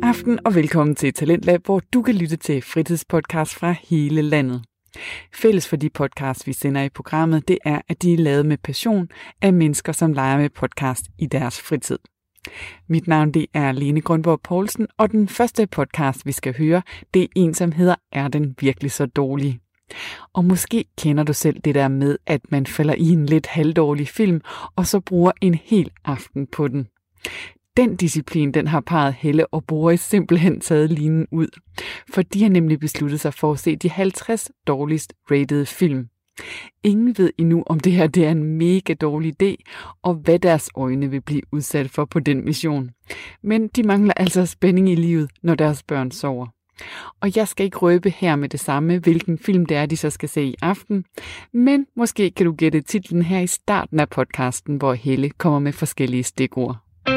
aften og velkommen til Talentlab, hvor du kan lytte til fritidspodcast fra hele landet. Fælles for de podcasts, vi sender i programmet, det er, at de er lavet med passion af mennesker, som leger med podcast i deres fritid. Mit navn det er Lene Grønborg Poulsen, og den første podcast, vi skal høre, det er en, som hedder Er den virkelig så dårlig? Og måske kender du selv det der med, at man falder i en lidt halvdårlig film, og så bruger en hel aften på den. Den disciplin, den har parret Helle og Boris simpelthen taget linen ud. For de har nemlig besluttet sig for at se de 50 dårligst rated film. Ingen ved endnu, om det her det er en mega dårlig idé, og hvad deres øjne vil blive udsat for på den mission. Men de mangler altså spænding i livet, når deres børn sover. Og jeg skal ikke røbe her med det samme, hvilken film det er, de så skal se i aften. Men måske kan du gætte titlen her i starten af podcasten, hvor Helle kommer med forskellige stikord.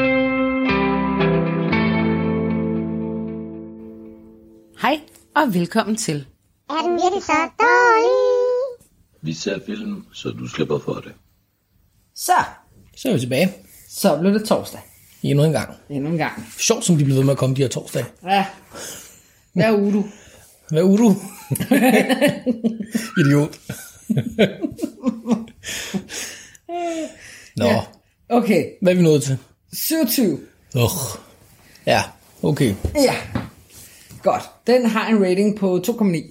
Hej og velkommen til. Er den virkelig så dårlig? Vi ser film, så du slipper for det. Så Så er vi tilbage. Så blev det torsdag. Endnu en gang. Endnu en gang. Sjovt, som de bliver ved med at komme de her torsdag. Ja. Hvad uge du? Hvad er du? Idiot. Nå, Ja. Okay, hvad er vi nået til? 27. Ja, okay. Ja. Godt. Den har en rating på 2,9.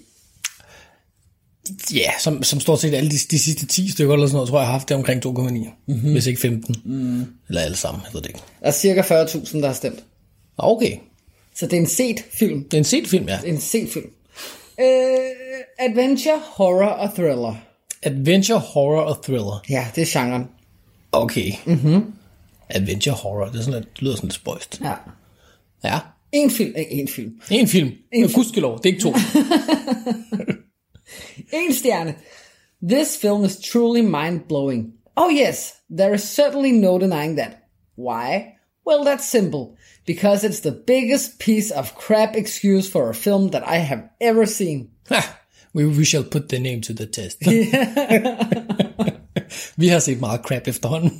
Ja, som stort set alle de sidste 10 stykker eller sådan noget, tror jeg har haft det omkring 2,9. Hvis ikke 15. Eller alle sammen, jeg ved det ikke. Der er cirka 40.000, der har stemt. Okay. Så det er en set film. Det er en set film, ja. En set film. Adventure, horror og thriller. Adventure, horror og thriller. Ja, det er genren. Okay. Adventure, horror, det er sådan, det lyder sådan lidt spøjst. Ja. Ja. En film. En film. En film. Gudskelov, det er ikke 2. En stjerne. This film is truly mind-blowing. Oh yes, there is certainly no denying that. Why? Well, that's simple. Because it's the biggest piece of crap excuse for a film that I have ever seen. We shall put the name to the test. Vi har set meget crap efterhånden.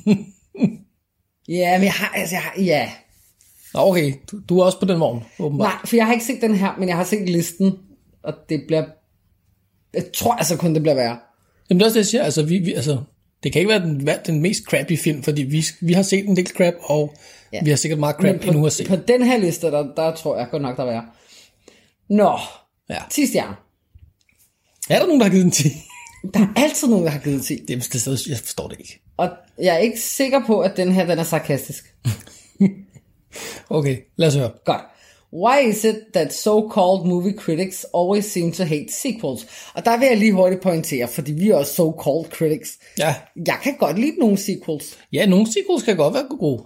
Ja, men ja. Okay, du er også på den vogn, åbenbart. Nej, for jeg har ikke set den her, men jeg har set listen, og det bliver... Jeg tror altså kun, det bliver værre. Jamen det er også det, jeg siger. Altså, altså, det kan ikke være den mest crappy film, fordi vi har set en del crap, og vi har sikkert meget crap endnu at se. På den her liste, der tror jeg godt nok, der er værre. Nå, Ja. 10 stjerner. Er der nogen, der har givet den 10? Der er altid nogen, der har givet 10. Jeg forstår det ikke. Og jeg er ikke sikker på, at den her, den er sarkastisk. Okay, lad os høre. Godt. Why is it that so-called movie critics always seem to hate sequels? Og der vil jeg lige hurtigt pointere, fordi vi er også so-called critics. Ja. Jeg kan godt lide nogle sequels. Ja, nogle sequels kan godt være gode.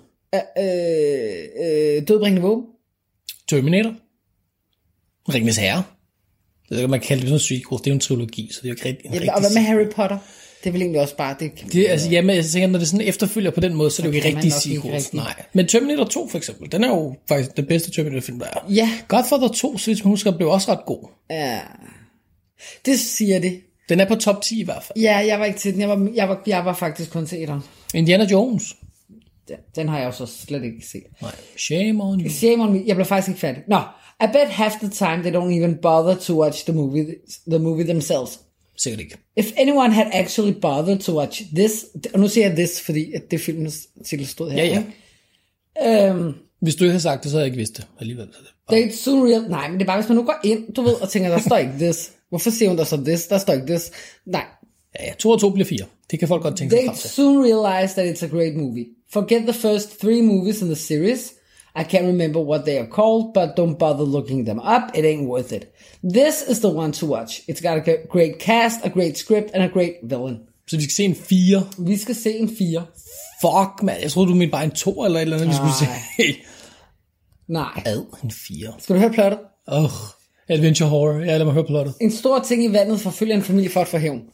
Dødbringende våben. Terminator. Ringenes Herre. Det kan man kalde det sådan en sequel. Det er jo en trilogi, så det er jo ikke rigtig Og hvad med Harry Potter? Det er vel egentlig også bare... Det, altså, jamen, jeg tænker, når det sådan efterfølger på den måde, så er det jo ikke rigtig sequels. Nej. Men Terminator 2 for eksempel, den er jo faktisk den bedste Terminator-film, der er. Ja. Godfather 2, så hvis man husker, blev også ret god. Ja. Det siger det. Den er på top 10 i hvert fald. Ja, jeg var ikke til den. Jeg var faktisk kun til etteren. Indiana Jones. Den har jeg jo så slet ikke set. Nej. Shame on you. Shame on me. Jeg blev faktisk ikke færdig. Nå, I bet half the time they don't even bother to watch the movie themselves. Sikkert ikke. If anyone had actually bothered to watch this, og nu siger jeg this, fordi at det filmens titel stod her. Ja. Hvis du ikke havde sagt det, så havde jeg ikke vidst det alligevel. They soon real... Nej, men det er bare, hvis man nu går ind, du ved, og tænker, der står ikke this. Hvorfor siger hun der så this? Der står ikke this. Nej. Ja, 2 og 2 bliver 4. Det kan folk godt tænke sig frem They til. soon realize that it's a great movie. Forget the first 3 movies in the series. I can't remember what they are called, but don't bother looking them up. It ain't worth it. This is the one to watch. It's got a great cast, a great script, and a great villain. Så vi skal se en 4. Vi skal se en 4. Fuck, mand. Jeg troede, du mente bare en 2 eller et eller andet, vi skulle se. Nej. En 4. Skal du høre plottet? Adventure horror. Ja, lad mig høre plottet. En stor ting i vandet forfølger en familie for at få hævn.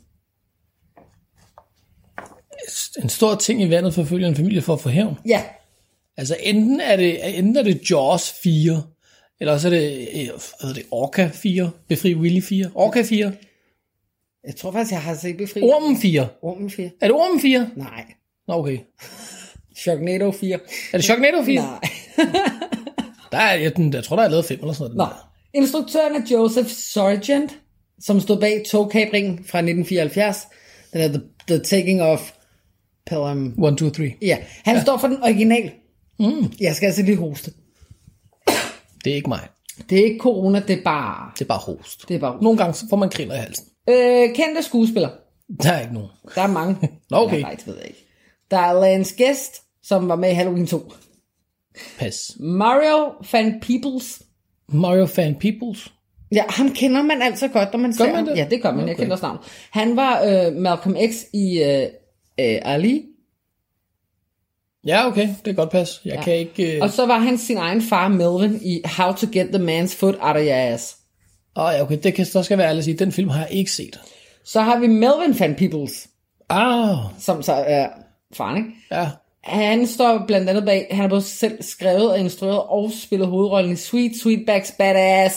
En stor ting i vandet forfølger en familie for at få hævn. Ja. Altså enten er det Jaws 4, eller også er det Orca 4, Befri Willy 4, Orca 4. Jeg tror faktisk, jeg har set Befri. Ormen 4. Ormen 4. Er det Ormen 4? Nej. Nå, okay. Sharknado 4. Er det Sharknado 4? Nej. Jeg tror, der er lavet 5 eller sådan noget. Nå. Instruktøren er Joseph Sargent, som stod bag togkapringen fra 1974. Den er The Taking of Pelham. 1, 2, 3. Ja, han står for den original. Jeg skal altså lige hoste. Det er ikke mig. Det er ikke corona, det er bare... Det er bare host. Det er bare... Nogle gange får man kriller i halsen. Kendte skuespillere. Der er ikke nogen. Der er mange. Nå, okay. Nej, det ved jeg ikke. Der er Lance Guest, som var med i Halloween 2. Pas. Mario Van Peebles. Mario Van Peebles. Ja, ham kender man altså godt, når man ser man ham. det? Ja, det gør man. Okay. Jeg kender også navn. Han var Malcolm X i Ali. Ja, okay. Det er godt pas. Jeg kan ikke... Og så var han sin egen far, Melvin, i How to Get the Man's Foot Out of Your Ass. ja, okay. Det kan så skal være ærlig at sige. Den film har jeg ikke set. Så har vi Melvin Van Peebles, som så er faren, ikke? Ja. Han står blandt andet bag, han har både selv skrevet og instrueret og spillet hovedrollen i Sweetback's Badass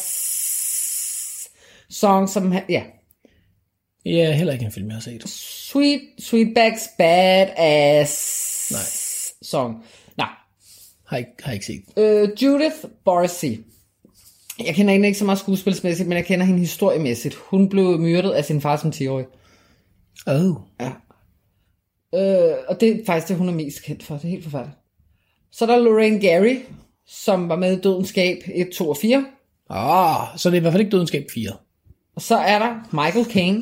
Song, som ja. Ja, heller ikke en film, jeg har set. Sweetback's Badass Song. Nej. Har ikke set. Judith Morrissey. Jeg kender hende ikke så meget skuespilsmæssigt, men jeg kender hende historiemæssigt. Hun blev myrdet af sin far som 10-årig. Ja. Og det er faktisk det, hun er mest kendt for. Det er helt forfærdeligt. Så er der Lorraine Gary, som var med i Dødens Skab 1, 2 og 4. Så det er i hvert fald ikke Dødens Skab 4. Og så er der Michael Caine,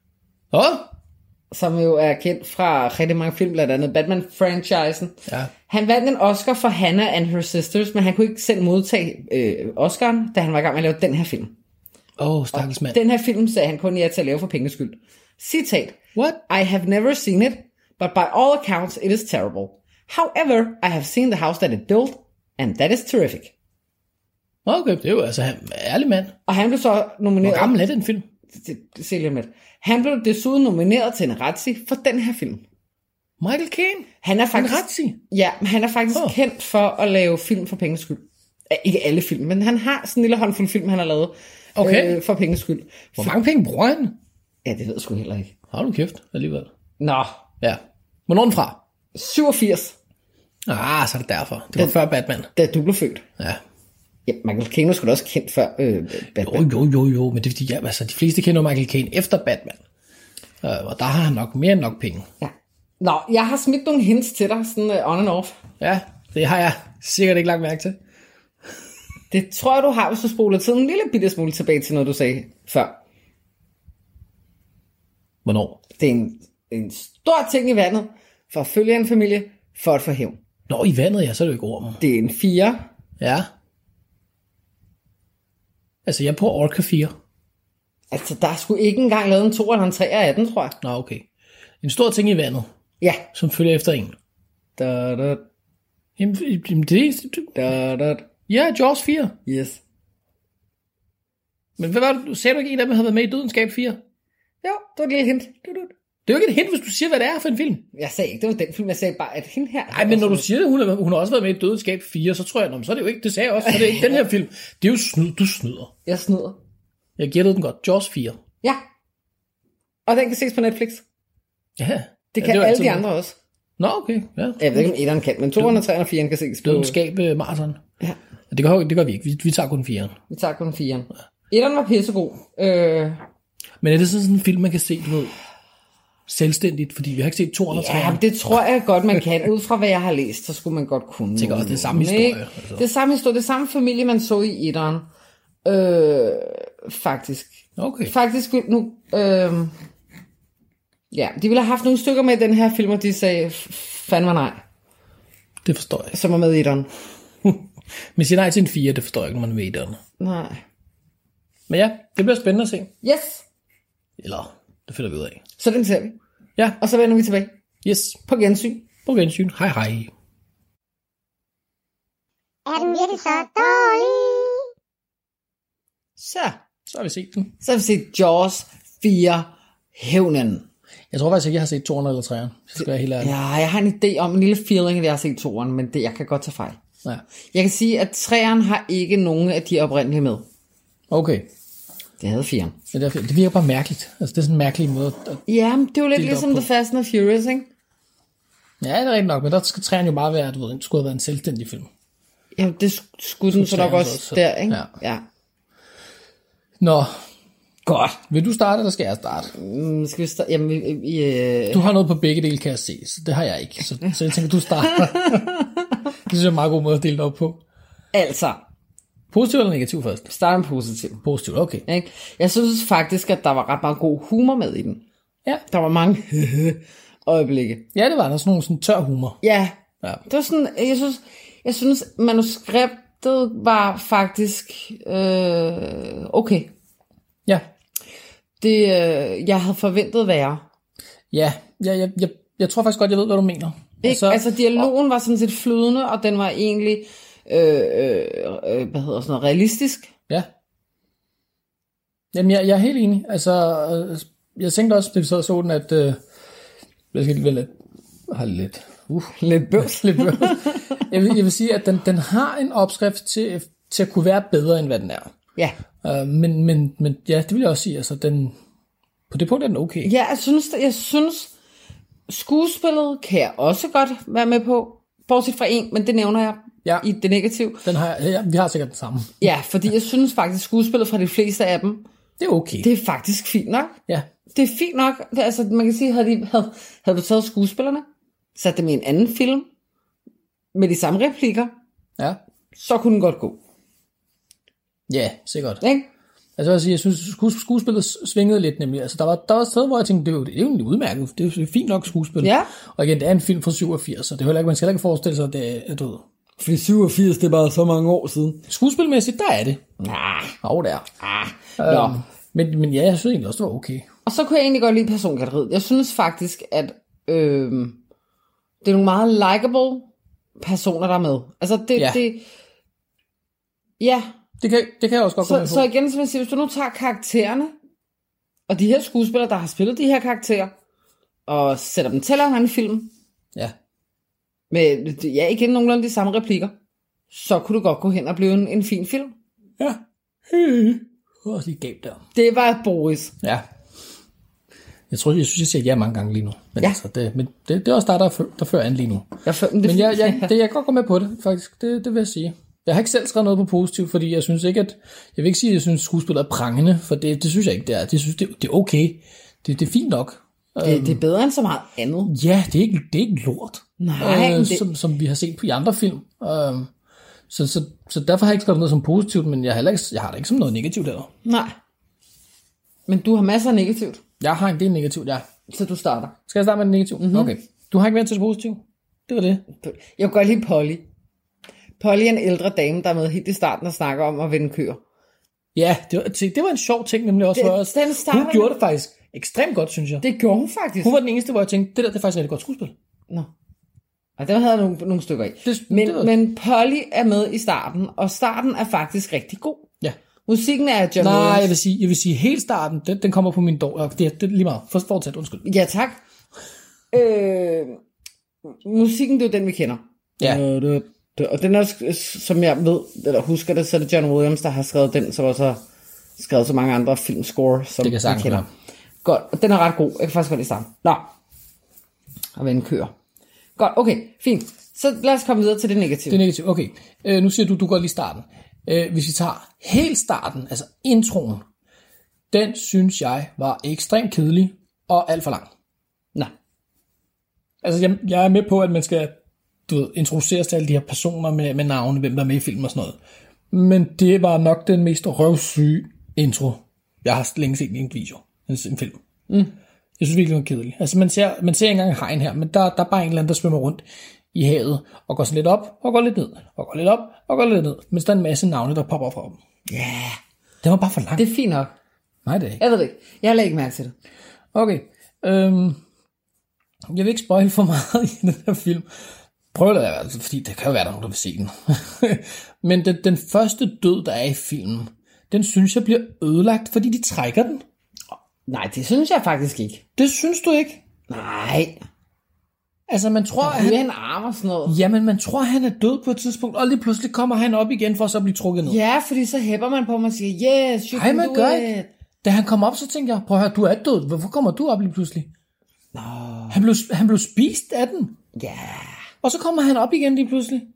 som jo er kendt fra rigtig mange film, blandt andet Batman-franchisen. Ja. Han vandt en Oscar for Hannah and Her Sisters, men han kunne ikke selv modtage Oscaren, da han var i gang med at lave den her film. Stakkels mand. Den her film sagde han kun ja til at lave for penges skyld. Citat. What? I have never seen it, but by all accounts it is terrible. However, I have seen the house that it built, and that is terrific. Okay, det er jo altså en ærlig mand. Og han blev så nomineret... Hvor gammel er den film? Det ser lige med. Han blev desuden nomineret til en Razzie for den her film. Michael Caine? Han er faktisk... En Razzie? Ja, men han er faktisk kendt for at lave film for penges skyld. Ikke alle film, men han har sådan en lille håndfuld film, han har lavet for penges skyld. Hvor mange penge bruger han? Ja, det ved jeg sgu heller ikke. Har du kæft alligevel? Nå. Ja. Hvornår er den fra? 87. Så er det derfor. Det var før Batman. Da du blev født. Ja. Ja, Michael Caine var sgu da også kendt før Batman. Jo, men det er fordi, de fleste kender Michael Caine efter Batman. Og der har han nok mere end nok penge. Ja. Nå, jeg har smidt nogle hints til dig, sådan on and off. Ja, det har jeg sikkert ikke lagt mærke til. Det tror jeg, du har, hvis du spoler tiden en lille bitte smule tilbage til noget, du sagde før. Hvornår? Det er en stor ting i vandet, for at følge en familie, for at få hævn. Nå, i vandet, ja, så er det jo ikke ormen. Det er en 4. Ja. Altså, jeg er på Orca 4. Altså, der er sgu ikke engang lavet en 2 eller en 3 af den, tror jeg. Nå, okay. En stor ting i vandet. Ja. Som følger efter en. Da. Jamen, Da. ja, Jaws 4. Yes. Men hvad var det? Du sagde du ikke, en af dem havde været med i Dødens Skab 4? Jo, det var et lille hint. Det er jo ikke et hint, hvis du siger, hvad det er for en film. Jeg sagde ikke, det var den film, jeg sagde bare, at hende her... Nej, men når du siger det, hun har også været med i Dødens Skab 4, så tror jeg, så er det jo ikke, det sagde jeg også, så er det ikke den her film. Det er jo snyd, du snyder. Jeg snyder. Jeg gættede den godt. Jaws 4. Ja. Og den kan ses på Netflix. Ja. Det kan alle de andre også. Nå, okay. Ja. Jeg ved ikke, om 1'eren kan, men 2'eren og 3'eren og 4'eren kan ses på... Dødens Skab maraton. Ja. Det gør vi ikke. Vi tager kun 4'eren. Vi tager kun 4'eren. 1'eren var pissegod. Men er det sådan en film, man kan se, du ved, selvstændigt? Fordi vi har ikke set 2'eren og 3'eren. Ja, det tror jeg godt, man kan. Ud fra hvad jeg har læst, så skulle man godt kunne. Det er også det samme historie. Altså. Det er samme historie. Det er samme familie, man så i 1'eren. Faktisk. Okay. Faktisk nu... ja, de ville have haft nogle stykker med i den her film, og de sagde, fandme nej. Det forstår jeg. Som var med i 1'eren. Men siger nej til en 4, det forstår jeg ikke, når man er med i 1'eren. Nej. Men ja, det bliver spændende at se. Yes. Eller, det finder vi ud af. Så den ser vi. Ja. Og så vender vi tilbage. Yes. På gensyn. På gensyn. Hej hej. Er den virkelig så dårlig? Så har vi set den. Så har vi set Jaws 4 Hævnen. Jeg tror faktisk ikke, jeg har set 2'eren eller 3'eren. Så skal jeg helt ærlig. Ja, jeg har en idé om en lille feeling, at jeg har set 2'eren, men jeg kan godt tage fejl. Ja. Jeg kan sige, at 3'eren har ikke nogen af de oprindelige med. Okay. Det havde 4'eren. Det virker bare mærkeligt. Altså, det er sådan en mærkelig måde. Ja, men det er jo lidt delt op ligesom på. The Fast and the Furious, ikke? Ja, det er rigtigt nok, men der skal 3'eren jo bare være, du ved, det skulle have været en selvstændig film. Ja, det skulle den så nok også der, ikke? Ja. Nå, Godt. vil du starte, eller skal jeg starte? Skal vi starte? Jamen, Du har noget på begge dele, kan jeg se, så det har jeg ikke. Så jeg tænker, du starter. Det synes jeg er en meget god måde at dele det op på. altså, Positiv eller negativ først? start med positiv. Positiv, okay. Ikke? Jeg synes faktisk, at der var ret meget god humor med i den. Ja, Der var mange øjeblikke. ja det var der sådan nogle sådan tør humor. Ja, Ja. det var sådan, jeg synes manuskriptet var faktisk okay. Ja, Det, jeg havde forventet værre. ja, jeg tror faktisk godt, jeg ved, hvad du mener. Altså dialogen var sådan set flydende, og den var egentlig, hvad hedder sådan noget, realistisk. Ja. Jamen, jeg er helt enig. Altså, jeg tænkte også, da vi så den, at jeg skal lige have lidt Lidt bøvs. lidt bøvs. Jeg vil sige, at den har en opskrift til at kunne være bedre, end hvad den er. Ja. Men ja, det vil jeg også sige. Altså, på det punkt er den okay. Ja, jeg synes, skuespillet kan jeg også godt være med på. Bortset fra en, men det nævner jeg i det negative. Den har vi har sikkert den samme. Ja, fordi jeg synes faktisk, skuespillet fra de fleste af dem, Det er okay. det er faktisk fint nok. Ja. Det er fint nok. Altså, man kan sige, havde du taget skuespillerne, sat dem i en anden film, med de samme replikker, Ja. så kunne den godt gå. Ja, sikkert. Ikke? Altså jeg synes, skuespillet svingede lidt nemlig. Altså der var et sted, hvor jeg tænkte, det er jo en udmærket. Det er jo fint nok skuespil. Ja. Og igen, det er en film fra 87, så det er heller ikke, man skal heller ikke forestille sig, at det er død. Fordi 87, det er bare så mange år siden. Skuespilmæssigt, der er det. Nej. Der. Men ja, jeg synes egentlig også, det var okay. Og så kunne jeg egentlig godt lide personkategoriet. Jeg synes faktisk, at det er nogle meget likable personer, der er med. Altså ja. Det kan jeg også godt gå med på. Så igen, som jeg siger, hvis du nu tager karaktererne, og de her skuespillere, der har spillet de her karakterer, og sætter dem til at lave en film, Ja. med igen nogenlunde de samme replikker, så kunne du godt gå hen og blive en fin film. Ja. Det var også lige galt der. Det var Boris. Ja. Jeg synes, jeg siger ja mange gange lige nu. Men, Ja. altså, det er også der fører an lige nu. Men Jeg kan godt gå med på det, faktisk. Det vil jeg sige. Jeg har ikke selv skrevet noget på positivt, fordi jeg synes ikke, jeg vil ikke sige, at jeg synes, skuespillet er prangende, for det synes jeg ikke, det er. Jeg synes, det er okay. Det er fint nok. det er bedre end så meget andet. Ja, det er ikke lort. Nej, som vi har set på i andre film. Så derfor har jeg ikke skrevet noget som positivt, men jeg har det ikke som noget negativt heller. Nej. Men du har masser af negativt, Jeg har en del negativt, ja. så du starter. Skal jeg starte med det negativt? Mm-hmm. Okay. Du har ikke været til det positive? Det var det. Jeg kan godt lide Polly. Polly er en ældre dame, der er med helt i starten og snakker om at vende køer. Ja, det var en sjov ting nemlig også for os. Hun gjorde det faktisk ekstremt godt, synes jeg. Det gjorde hun faktisk. Hun var den eneste, hvor jeg tænkte, det er faktisk rigtig godt skuespil. Nå. Og der havde jeg nogle stykker i. Men Polly er med i starten, og starten er faktisk rigtig god. Ja. Musikken er John Nej, Williams. jeg vil sige helt starten, den kommer på min dår. Det er lige meget. Fortsæt, undskyld. Ja, tak. Musikken, det er den, vi kender. Ja. Og den er, som jeg ved, eller husker det, så er det John Williams, der har skrevet den, som også har skrevet så mange andre filmscore, som Det kan vi sagtens kender. være. Godt, og den er ret god. Jeg kan faktisk godt lide sammen. Nå. Og vende køer. Godt, okay, fint. Så lad os komme videre til det negative. Det er negativt. Okay. Nu siger du godt lige starten. Hvis vi tager helt starten, altså introen, den synes jeg var ekstremt kedelig og alt for lang. Nå. Altså, jeg er med på, at man skal introduceres til alle de her personer med navne, hvem der er med i filmen og sådan noget. Men det var nok den mest røvsyge intro, jeg har længe set i en video, en film. Jeg synes virkelig, det var kedeligt. Altså, man ser ikke engang hegn her, men der er bare en eller anden, der svømmer rundt i havet, og går sådan lidt op, og går lidt ned, og går lidt op, og går lidt ned, mens der er en masse navne, der popper fra dem. Ja. Yeah. Det var bare for langt. Det er fint nok. Nej, det er ikke. Jeg ved det ikke. Jeg lægger ikke mærke til det. Okay. Jeg vil ikke spoil for meget i den her film. Prøv det altså, fordi det kan jo være, der er nogen, der vil se den. Men den første død, der er i filmen, den synes jeg bliver ødelagt, fordi de trækker den. Nej, det synes jeg faktisk ikke. Det synes du ikke? Nej. Altså, man tror, Han er en arm og sådan noget. Jamen, man tror, han er død på et tidspunkt, og lige pludselig kommer han op igen, for så at blive trukket ned. Ja, fordi så hæpper man på mig og siger, yes, you Ej, can man do gør it. ikke. Da han kom op, så tænkte jeg, prøv at høre, du er død. Hvorfor kommer du op lige pludselig? Nå. Han blev spist af den. Ja. Og så kommer han op igen lige pludselig.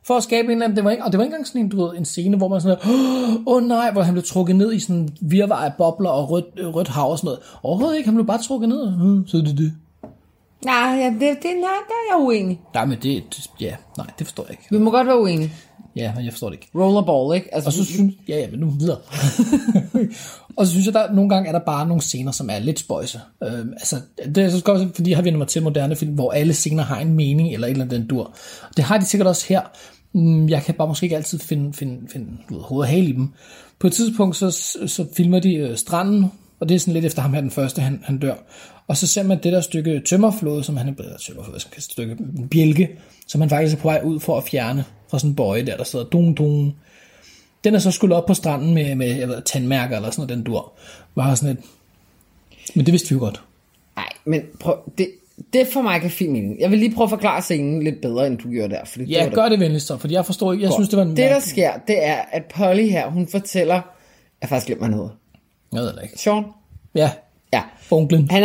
For at skabe en eller anden, det var ikke engang sådan en, du ved, en scene, hvor man sådan nej, hvor han blev trukket ned i sådan virvar af bobler og rødt hav og sådan noget. Overhovedet ikke, han blev bare trukket ned, så det. Nej, der er jeg uenig. Nej, men det forstår jeg ikke. Vi må godt være uenige. Ja, men jeg forstår det ikke. Rollerball, ikke? Altså, Og så synes men nu videre. Og så synes jeg, der nogle gange er der bare nogle scener, som er lidt spøjse. Det er så godt, fordi har vi nummer til moderne film, hvor alle scener har en mening eller et eller andet den dur. Det har de sikkert også her. Jeg kan bare måske ikke altid finde hoved og hale i dem. På et tidspunkt så filmer de stranden, og det er sådan lidt efter ham her den første, han dør. Og så ser man det der stykke tømmerflåde, som han er blevet et stykke bjælke, som han faktisk er på vej ud for at fjerne fra sådan en bøje der sidder dung. Den er så skulle op på stranden med tandmærker eller sådan noget, den dur. Var sådan et... Men det vidste vi jo godt. Nej, men prøv, det for mig kan fint mening. Jeg vil lige prøve at forklare scenen lidt bedre, end du gjorde der. Fordi Ja, gør det venligst så, fordi jeg forstår ikke. Jeg synes, det var en... Det, der sker, det er, at Polly her, hun fortæller... Jeg har faktisk glemt, hvad han hedder. Jeg ved det ikke. Sean? Ja, Ja. onklen. Han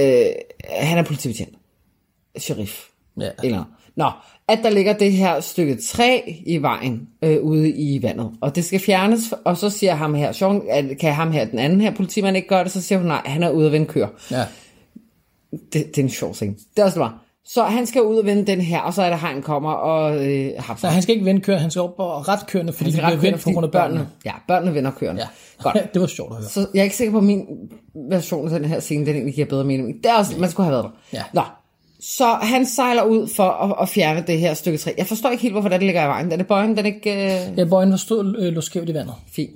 er politibetjent. Sheriff. Ja. Eller... Nå, at der ligger det her stykke træ i vejen ude i vandet, og det skal fjernes, og så siger ham her, Sean, kan ham her, den anden her politimand ikke gøre det, så siger hun, nej, han er ude at vende kør. Ja. Det er en sjov ting. Det er også det var. Så han skal ud og vende den her, og så er der han kommer og har. Så han skal ikke vende kørende, han skal op og ret kørende, fordi de bliver vendt på grund af børnene. Ja, børnene vender kørende. Ja. Godt. Det var sjovt at høre. Så jeg er ikke sikker på, at min version af den her scene, den egentlig giver bedre mening. Det er også, man skulle have været der. Ja. Nå. Så han sejler ud for at fjerne det her stykke træ. Jeg forstår ikke helt, hvorfor det ligger i vejen. Er det bøjen, den ikke... Ja, bøjen var stået lå skævt i vandet. Fint.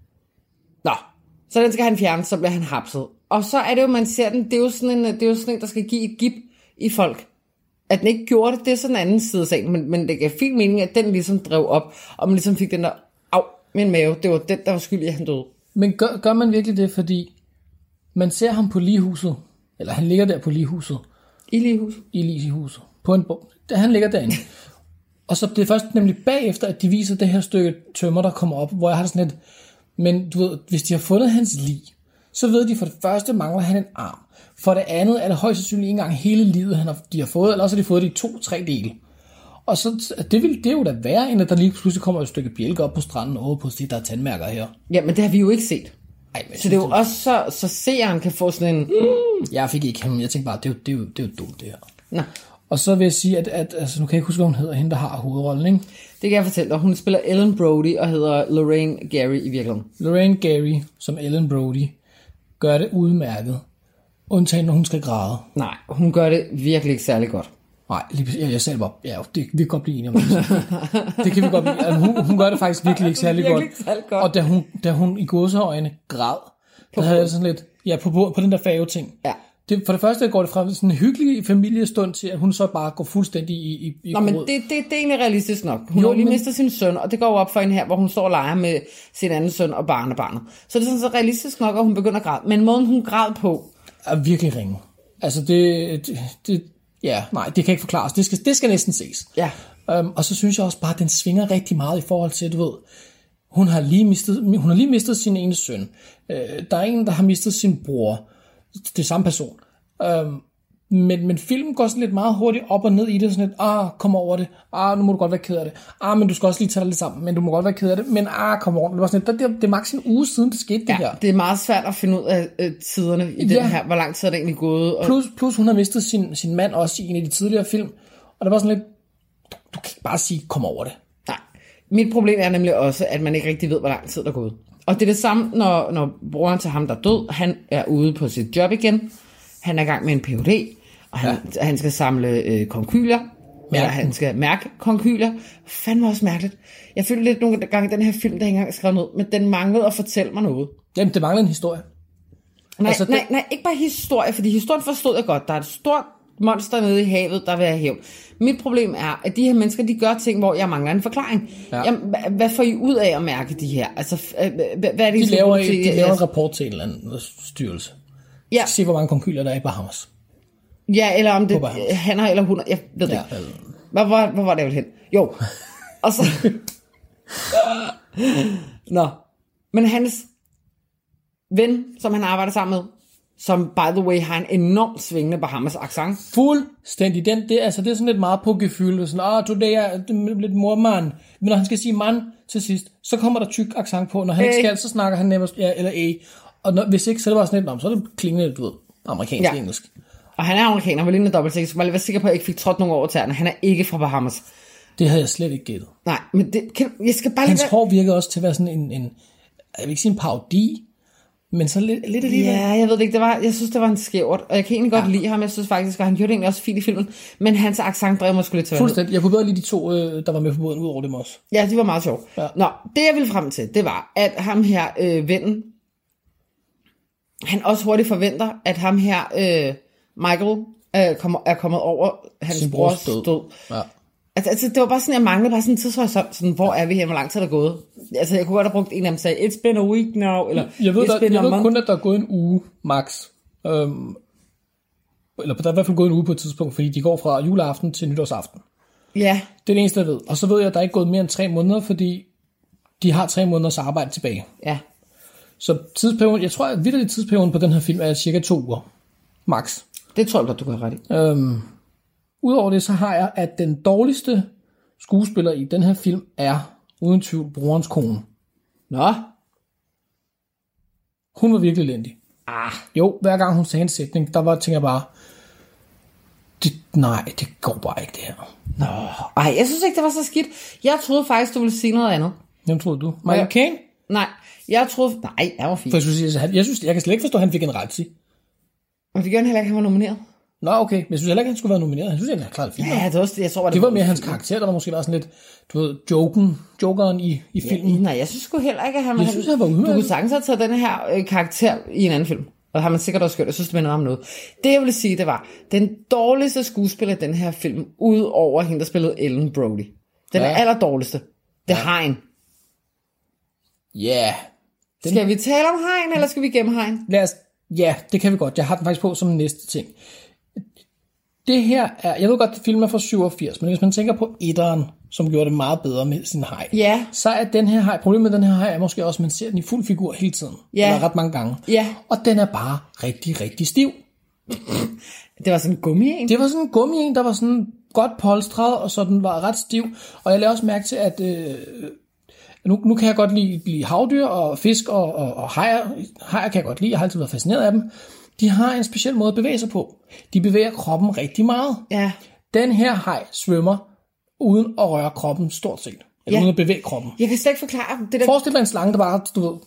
Nå, så den skal han fjerne, så bliver han hapset. Og så er det jo, man ser den, det er jo sådan en, der skal give et gib i folk. At den ikke gjorde det, det er sådan en anden side af sagen, men det gav fint mening, at den ligesom drev op, og man ligesom fik den der, min mave, det var den, der var skyld i, at han døde. Men gør man virkelig det, fordi man ser ham på ligehuset, eller han ligger der på ligehuset. I ligehuset? I ligehuset. På en bog. Han ligger derinde. Og så det er først nemlig bagefter, at de viser det her stykke tømmer, der kommer op, hvor jeg har sådan lidt, men du ved, hvis de har fundet hans lig, så ved de for det første, mangler han en arm. For det andet er det højst sandsynligt ikke engang hele livet, de har fået, eller også har de fået det i 2-3 dele. Og så det er jo da værre, end at der lige pludselig kommer et stykke bjælke op på stranden, og på at sige, der er tandmærker her. Ja, men det har vi jo ikke set. Ej, men så det er jo også så seeren kan få sådan en... Jeg fik ikke ham, jeg tænkte bare, det er jo dumt det her. Nå. Og så vil jeg sige, at altså, nu kan jeg ikke huske, hvad hun hedder, hende der har hovedrollen, ikke? Det kan jeg fortælle dig. Hun spiller Ellen Brody og hedder Lorraine Gary i virkeligheden. Lorraine Gary, som Ellen Brody, gør det udmærket. Undtagen, når hun skal græde. Nej, hun gør det virkelig ikke særlig godt. Nej, jeg sagde bare, ja, det, vi kan godt blive enige om det. Det kan vi godt blive. Altså, hun gør det faktisk virkelig ikke særlig godt. Og da hun i gåseøjne græd, der havde jeg sådan lidt, ja, på den der fave-ting. Ja. Det, for det første går det fra sådan en hyggelig familiestund til, at hun så bare går fuldstændig i Nå, men det er egentlig realistisk nok. Hun har lige mistet sin søn, og det går op for hende her, hvor hun står og leger med sin anden søn og barnebarnet. Så det er sådan så realistisk nok, at hun begynder at græde. Men måden hun græd på... er virkelig ringe. Altså ja, nej, det kan ikke forklares. Det skal næsten ses. Ja. Og så synes jeg også bare, at den svinger rigtig meget i forhold til, du ved, hun har lige mistet sin ene søn. Der er en, der har mistet sin bror. Det er samme person. Men filmen går sådan lidt meget hurtigt op og ned i det. Sådan lidt, kom over det. Nu må du godt være ked af det. Men du skal også lige tage dig lidt sammen. Men du må godt være ked af det. Men kom over det. Det var sådan lidt, det er maks en uge siden, det skete det her. Det er meget svært at finde ud af tiderne i den her. Hvor lang tid er det egentlig gået? Og... Plus hun har mistet sin mand også i en af de tidligere film. Og det var sådan lidt, du kan ikke bare sige, kom over det. Nej. Mit problem er nemlig også, at man ikke rigtig ved, hvor lang tid der er gået. Og det er det samme, når broren til ham, der er død, han er ude på sit job igen. Han er i gang med en Ph.D., og han skal samle konkyler. Eller han skal mærke konkyler. Fandme også mærkeligt. Jeg følte lidt nogle gange, den her film, der ikke engang skrevet noget, men den manglede at fortælle mig noget. Jamen, det mangler en historie. Nej, ikke bare historie, fordi historien forstod jeg godt. Der er et stort monster nede i havet, der vil have hævn. Mit problem er, at de her mennesker, de gør ting, hvor jeg mangler en forklaring. Ja. Jamen, hvad får I ud af at mærke de her? Altså, hvad er det, de laver en rapport til en eller anden styrelse. Ja. Se, hvor mange konkyler der er i Bahamas. Ja, eller om det hanner eller hunder. Jeg ved det ikke. Hvor var det vel hen? Jo. Og så... Nå. Men hans ven, som han arbejder sammen med, som by the way har en enormt svingende Bahamas accent. Fuldstændig. Det er sådan lidt meget på gefylde. Sådan, det er lidt mormand. Men når han skal sige mand til sidst, så kommer der tyk accent på. Når han ikke skal, så snakker han nærmest ja eller a. Og hvis ikke, så er det bare sådan lidt, så er det klingende, du ved, amerikansk engelsk. Og han er amerikaner, var lige en dobbelt, så jeg var sikker på, at jeg ikke fik trådt nogen over tæerne. Han er ikke fra Bahamas. Det havde jeg slet ikke gættet. Nej, men jeg skal bare hans hår virker også til at være sådan en jeg vil ikke sige en parodi, men så lidt alligevel. Ja, jeg ved det ikke, jeg synes, det var en skævt, og jeg kan egentlig godt lide ham, jeg synes faktisk, at han gjorde det egentlig også fint i filmen, men hans accent drev mig sgu lidt til. Fuldstændig, jeg kunne bedre lide de to, der var med på båden, ud over dem også. Ja, de var meget sjove. Ja. Nå, det jeg ville frem til, det var, at ham her, vennen, han også hurtigt forventer, at ham her, Michael, er kommet over hans brors død. Ja. Altså, det var bare sådan, jeg manglede bare sådan en tidshorisont, sådan, hvor er vi her, hvor lang tid er der gået? Altså, jeg kunne godt have brugt en af dem, sagde, it's been a week now, eller jeg ved kun, at der er gået en uge, max. Eller der er i hvert fald gået en uge på et tidspunkt, fordi de går fra juleaften til nytårsaften. Ja. Det er det eneste, jeg ved. Og så ved jeg, at der er ikke gået mere end 3 måneder, fordi de har 3 måneders arbejde tilbage. Ja. Så tidsperioden, jeg tror, at vitterlig tidsperioden på den her film er cirka 2 uger, max. Det tror jeg godt, du kan have ret i. Udover det, så har jeg, at den dårligste skuespiller i den her film er, uden tvivl, brorens kone. Nå. Hun var virkelig elendig. Jo, hver gang hun sagde en sætning, tænker jeg bare, nej, det går bare ikke det her. Nå, jeg synes ikke, det var så skidt. Jeg troede faktisk, du ville sige noget andet. Hvem troede du? Michael Caine? Nej, jeg troede, jeg var fint. Jeg kan slet ikke forstå, at han fik en ret. Men det gjorde han heller ikke, han var nomineret. Nå, okay. Men jeg synes heller ikke, han skulle være nomineret. Jeg synes, han har klaret filmen. Ja, det var også det, jeg tror, det var mere hans karakter, der var måske bare sådan lidt, du ved, jokeren i filmen. Nej, jeg synes sgu heller ikke, at han var ude. Du kunne sagtens have taget den her karakter i en anden film. Og har man sikkert også gjort. Jeg synes, det minder om noget. Det, jeg ville sige, det var, den dårligste skuespiller i den her film, ud over hende, der spillede Ellen Brody. Den allerdårligste. Det er Hein. Ja. Skal vi tale om Hein, eller skal vi gemme Hein? Ja, det kan vi godt. Jeg har den faktisk på som næste ting. Det her er, jeg ved godt, at filmen er fra 87, men hvis man tænker på etteren, som gjorde det meget bedre med sin haj, så er den her haj, problemet med den her haj er måske også, at man ser den i fuld figur hele tiden, eller ret mange gange, og den er bare rigtig, rigtig stiv. Det var sådan en gummi en? Det var sådan en gummi en, der var sådan godt polstret, og så den var ret stiv, og jeg lagde også mærke til, at nu kan jeg godt lide havdyr og fisk og hajer. Hajer kan jeg godt lide, jeg har altid været fascineret af dem. De har en speciel måde at bevæge sig på. De bevæger kroppen rigtig meget. Ja. Den her haj svømmer uden at røre kroppen stort set. Eller uden at bevæge kroppen. Jeg kan slet ikke forklare det der. Forestil dig en slange, der bare, du ved,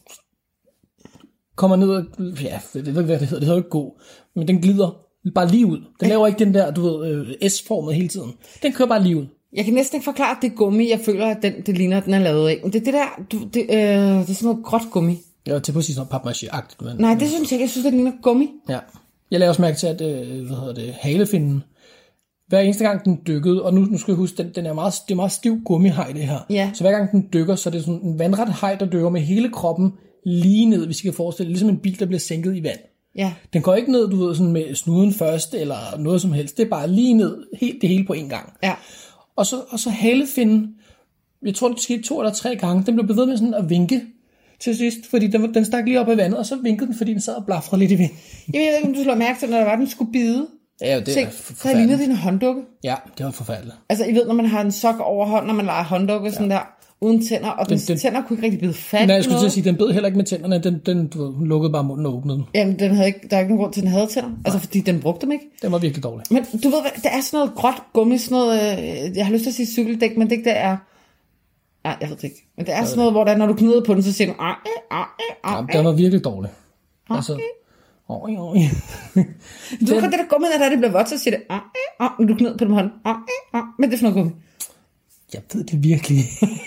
kommer ned og, jeg ved ikke, hvad det hedder. Det hedder ikke gå. Men den glider bare lige ud. Den laver ikke den der, du ved, S-formet hele tiden. Den kører bare lige ud. Jeg kan næsten ikke forklare, at det er gummi, jeg føler, at det ligner, at den er lavet af. Men det er det der, det er sådan noget gråt gummi. Ja, til præcis noget papmaché-agtigt. Nej, det synes jeg ikke. Jeg synes, det ligner gummi. Ja. Jeg lavede også mærke til, at halefinnen, hver eneste gang den dykkede, og nu skal jeg huske, det er meget stiv gummihaj det her. Ja. Så hver gang den dykker, så er det sådan en vandret haj, der dykker med hele kroppen lige ned, hvis I kan forestille, ligesom en bil, der bliver sænket i vand. Ja. Den går ikke ned, du ved, sådan med snuden først, eller noget som helst. Det er bare lige ned, det hele på en gang. Ja. Og så halefinnen, jeg tror, det skete 2 eller 3 gange, den blev bevæget med sådan at vinke til sidst, fordi den stak lige op i vandet, og så vinkede den, fordi den sad og blafrede lidt i vinden. Jeg ved ikke, om du slår mærke til, når der var, den skulle bide. Ja, det er forfærdeligt. Så lignede det en hånddukke. Ja, det var forfærdeligt. Altså, I ved, når man har en sok over hånden, når man leger hånddukke, sådan der, uden tænder, og den tænder kunne ikke rigtig bide fat. Nej, jeg skulle til at sige, den bed heller ikke med tænderne, hun lukkede bare munden og åbnede den. Jamen, der er ikke nogen grund til, at den havde tænder. Altså, fordi den brugte dem ikke. Den var virkelig dårlig. Men du ved, det er sådan noget gråt gummi, sådan noget, jeg har lyst til at sige cykeldæk, men det ikke, det er... Nej, jeg ved det ikke. Men det er sådan noget, hvor der, når du knider på den, så siger du... Ja, den var virkelig dårlig. Altså... Du ved godt, det der gummi, når det bliver vådt, så siger det... Når du knider på den hånd. Men det er for noget gummi. Jeg ved det virkelig.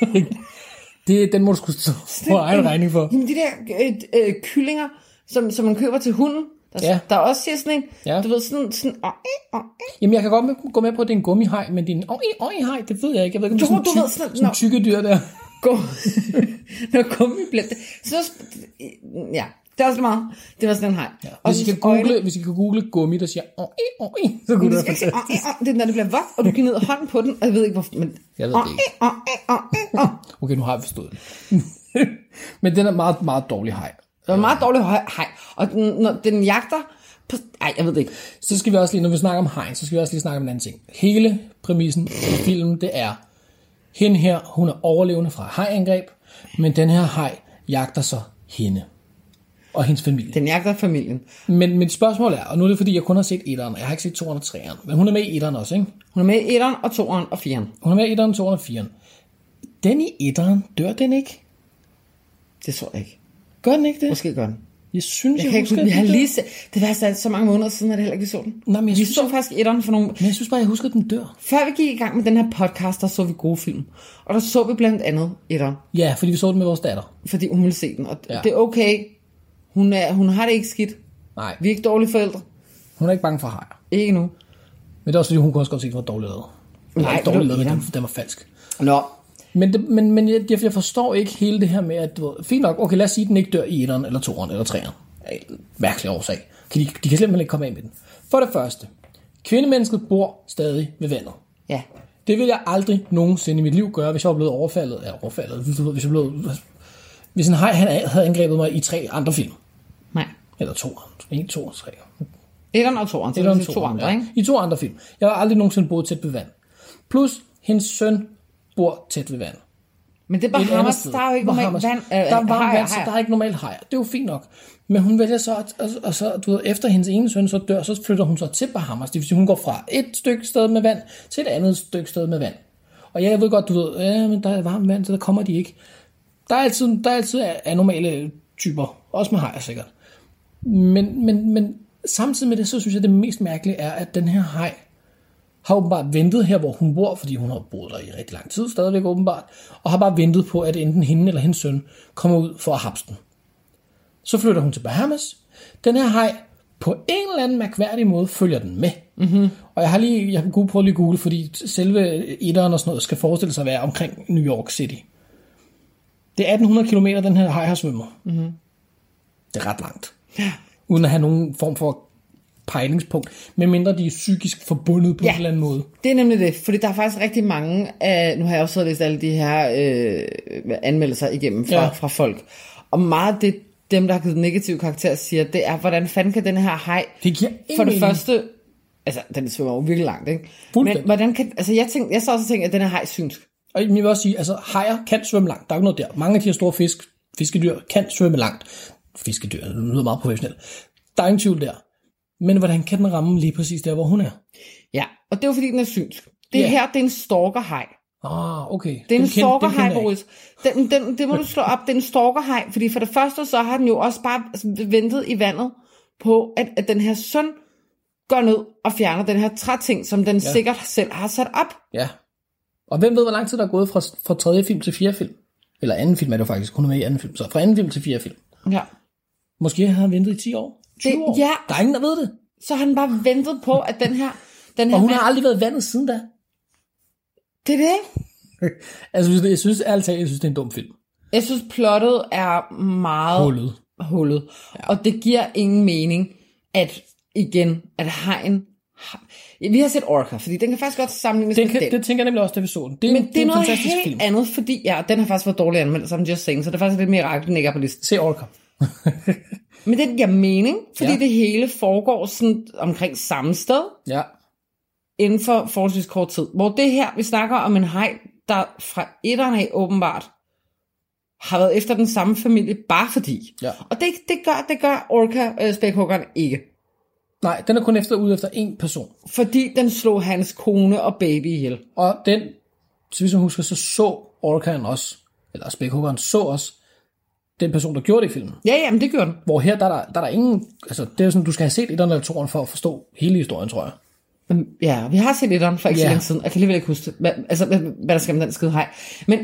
Den må du sgu stå på egen regning for. Jamen, de der kyllinger, som man køber til hunden, der også siger sådan en, du ved, sådan Jamen, jeg kan godt gå med på, at det er en gummihaj, men det er en haj, det ved jeg ikke. Jeg ved ikke, om det er sådan tykke dyr der. Når gummi bliver det. Så, ja, det er også meget. Det var sådan en haj. Ja. Hvis I kan google gummi, der siger så kunne det være det er, når det bliver vådt, og du kan ned hånden på den, og jeg ved ikke, hvorfor, men... Jeg ved det ikke. Okay, nu har jeg forstået det. Men den er meget, meget dårlig haj. Det var en meget dårlig haj. Og når den jagter Ej, jeg ved det ikke. Så skal vi også lige, når vi snakker om hegn, så skal vi også lige snakke om en anden ting. Hele præmissen i filmen, det er, hende her, hun er overlevende fra hajangreb, men den her haj jagter så hende og hendes familie. Den jagter familien. Men mit spørgsmål er, og nu er det fordi, jeg kun har set 1'eren, og jeg har ikke set 2'eren og 3'eren, men hun er med i 1'eren også, ikke? Hun er med i 1'eren og 2'eren og 4'eren. Hun er med i 1'eren, 2'eren og 4'eren. Den i 1'eren, dør den ikke? Det tror jeg ikke. Gør den ikke det? Måske gør den. Jeg synes, Jeg kan ikke, vi har lige set, det var altså så mange måneder siden, at det heller ikke vi så den. Nej, men vi synes, så faktisk 1'eren for nogle... Men jeg synes bare, jeg husker, at den dør. Før vi gik i gang med den her podcast, der så vi gode film. Og der så vi blandt andet 1'eren. Ja, fordi vi så den med vores datter. Fordi hun ville se den. Og det er okay. Hun har det ikke skidt. Nej. Vi er ikke dårlige forældre. Hun er ikke bange for hajer. Ikke nu. Men det er også fordi, hun kunne også godt se, at det var dårligt lavet. Nej, dårligt lavet, men den var falsk. Nå. Men jeg forstår ikke hele det her med, at fint nok, okay, lad os sige, at den ikke dør i 1'eren, eller 2'eren, eller 3'eren. Mærkelig årsag. De kan simpelthen ikke komme af med den. For det første, kvindemennesket bor stadig ved vandet. Ja. Det vil jeg aldrig nogensinde i mit liv gøre, hvis jeg var blevet overfaldet. Hvis en haj havde angrebet mig i 3 andre film. Nej. Eller 2, 1, 2 og 3. 1'eren og 2'eren, så det er 2 andre, ikke? I 2 andre film. Jeg har aldrig nogensinde boet tæt ved vand. Plus, hendes søn bor tæt ved vand. Men det er Bahamas, der er jo ikke normalt vand. Der er varmt vand, så der er ikke normalt hajer. Det er jo fint nok. Men hun vælger så, og så du ved, efter hendes ene søn så dør, så flytter hun så til Bahamas. Det vil sige, hun går fra et stykke sted med vand til et andet stykke sted med vand. Og jeg ved godt, du ved, men der er varmt vand, så der kommer de ikke. Der er altid anormale typer, også med hajer sikkert. Men samtidig med det, så synes jeg, det mest mærkelige er, at den her haj har åbenbart ventet her, hvor hun bor, fordi hun har boet der i rigtig lang tid, stadigvæk åbenbart, og har bare ventet på, at enten hende eller hendes søn kommer ud for at hapse den. Så flytter hun til Bahamas. Den her haj, på en eller anden mærkværdig måde, følger den med. Mm-hmm. Og jeg har prøvet lige at google, fordi selve 1'eren og sådan noget skal forestille sig at være omkring New York City. Det er 1800 kilometer, den her haj har svømmet. Mm-hmm. Det er ret langt. Ja. Uden at have nogen form for pejlingspunkt, medmindre de er psykisk forbundet på en eller anden måde. Det er nemlig det, fordi der er faktisk rigtig mange af, nu har jeg også læst alle de her anmeldelser igennem fra folk, og meget af det, dem der har givet negative karakterer siger, det er, hvordan fanden kan den her haj, for det første, altså den svømmer jo virkelig langt, ikke? Men hvordan kan, altså jeg så også tænkt, at den her haj synsk. Og jeg vil også sige, altså hajer kan svømme langt, der er ikke noget der. Mange af de her store fiskedyr kan svømme langt. Fiskedyr, det lyder meget professionelt. Der er ingen tvivl der. Men hvordan kan den ramme lige præcis der, hvor hun er? Ja, og det er jo fordi, den er synsk. Det her, det er en stalkerhaj. Okay. Det er en stalkerhaj, Boris. Det må du slå op. Det er en stalkerhaj, fordi for det første, så har den jo også bare ventet i vandet på, at den her søn går ned og fjerner den her træting, som den sikkert selv har sat op. Ja. Og hvem ved, hvor lang tid der er gået fra 3. film til 4. film? Eller anden film er det jo faktisk. Hun er med i anden film. Så fra anden film til 4. film. Ja. Måske har han ventet i 10 år. 20 år. Ja. Der er ingen, der ved det. Så har han bare ventet på, at den her og hun har aldrig været i vandet siden da. Det er det. Altså, jeg synes ærligt talt, det er en dum film. Jeg synes, plottet er meget hullet. Ja. Og det giver ingen mening, at hajen... Vi har set Orca, fordi den kan faktisk godt sammenlignes med den. Det tænker jeg nemlig også, da vi så den. Men det er noget helt film. Andet, fordi den har faktisk været dårlig anmeldt, som Just Saying, så det er faktisk lidt mere mirakel, den ikke er på listen. Se Orca. Men det giver mening, fordi det hele foregår sådan omkring samme sted. Ja. Inden for forholdsvis kort tid. Hvor det her, vi snakker om en haj, der fra 1'eren af åbenbart har været efter den samme familie, bare fordi. Ja. Og det gør Orca spækhuggeren ikke. Nej, den er kun ude efter en person. Fordi den slog hans kone og baby ihjel. Og den, så hvis man husker, så Orcaen også, eller spækhuggeren så også, den person, der gjorde det i filmen. Ja, men det gjorde den. Hvor her, der er der ingen, altså det er jo sådan, du skal have set 1'eren eller 2'eren for at forstå hele historien, tror jeg. Ja, vi har set 1'eren for ikke så længe siden. Jeg kan alligevel ikke huske det. Hvad der skal med den skide haj. Men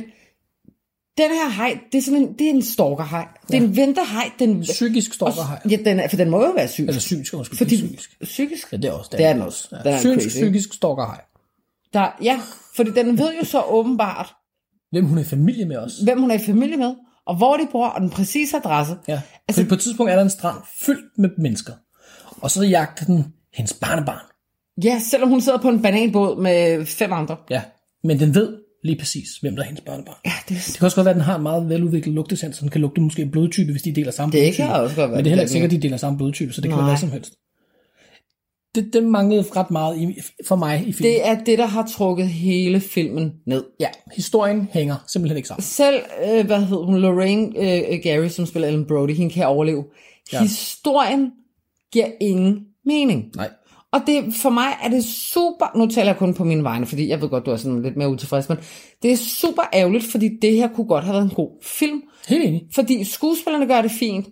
den her haj, det er en stalkerhaj. Det er en ventehaj. Psykisk stalkerhaj. Ja, for den må jo være psykisk. Eller psykisk, måske. Psykisk? Ja, det er også. Det er den også. Ja. Den er psykisk stalkerhaj. Ja, fordi den ved jo så åbenbart, hvem hun er i familie med os. Hvem hun er i familie med, og hvor de bor, og den præcise adresse. Ja, altså, på et tidspunkt er der en strand fyldt med mennesker. Og så jagter den hendes barnebarn. Ja, selvom hun sidder på en bananbåd med 5 andre. Ja, men den ved lige præcis, hvem der er hendes barnebarn. Ja, det kan også godt være, at den har en meget veludviklet lugtesans, så den kan lugte måske en blodtype, hvis de deler samme blodtype. Det kan også godt være. Men det er heller ikke sikkert, at de deler samme blodtype, så det kan være hvad som helst. det manglede ret meget for mig i filmen. Det er det, der har trukket hele filmen ned. Ja, historien hænger simpelthen ikke sammen. Selv, Lorraine Gary, som spiller Ellen Brody, hende kan overleve. Ja. Historien giver ingen mening. Nej. Og det, for mig er det super, nu taler jeg kun på mine vegne, fordi jeg ved godt, du er sådan lidt mere utilfreds, men det er super ærgerligt, fordi det her kunne godt have været en god film. Helt enig. Fordi skuespillerne gør det fint,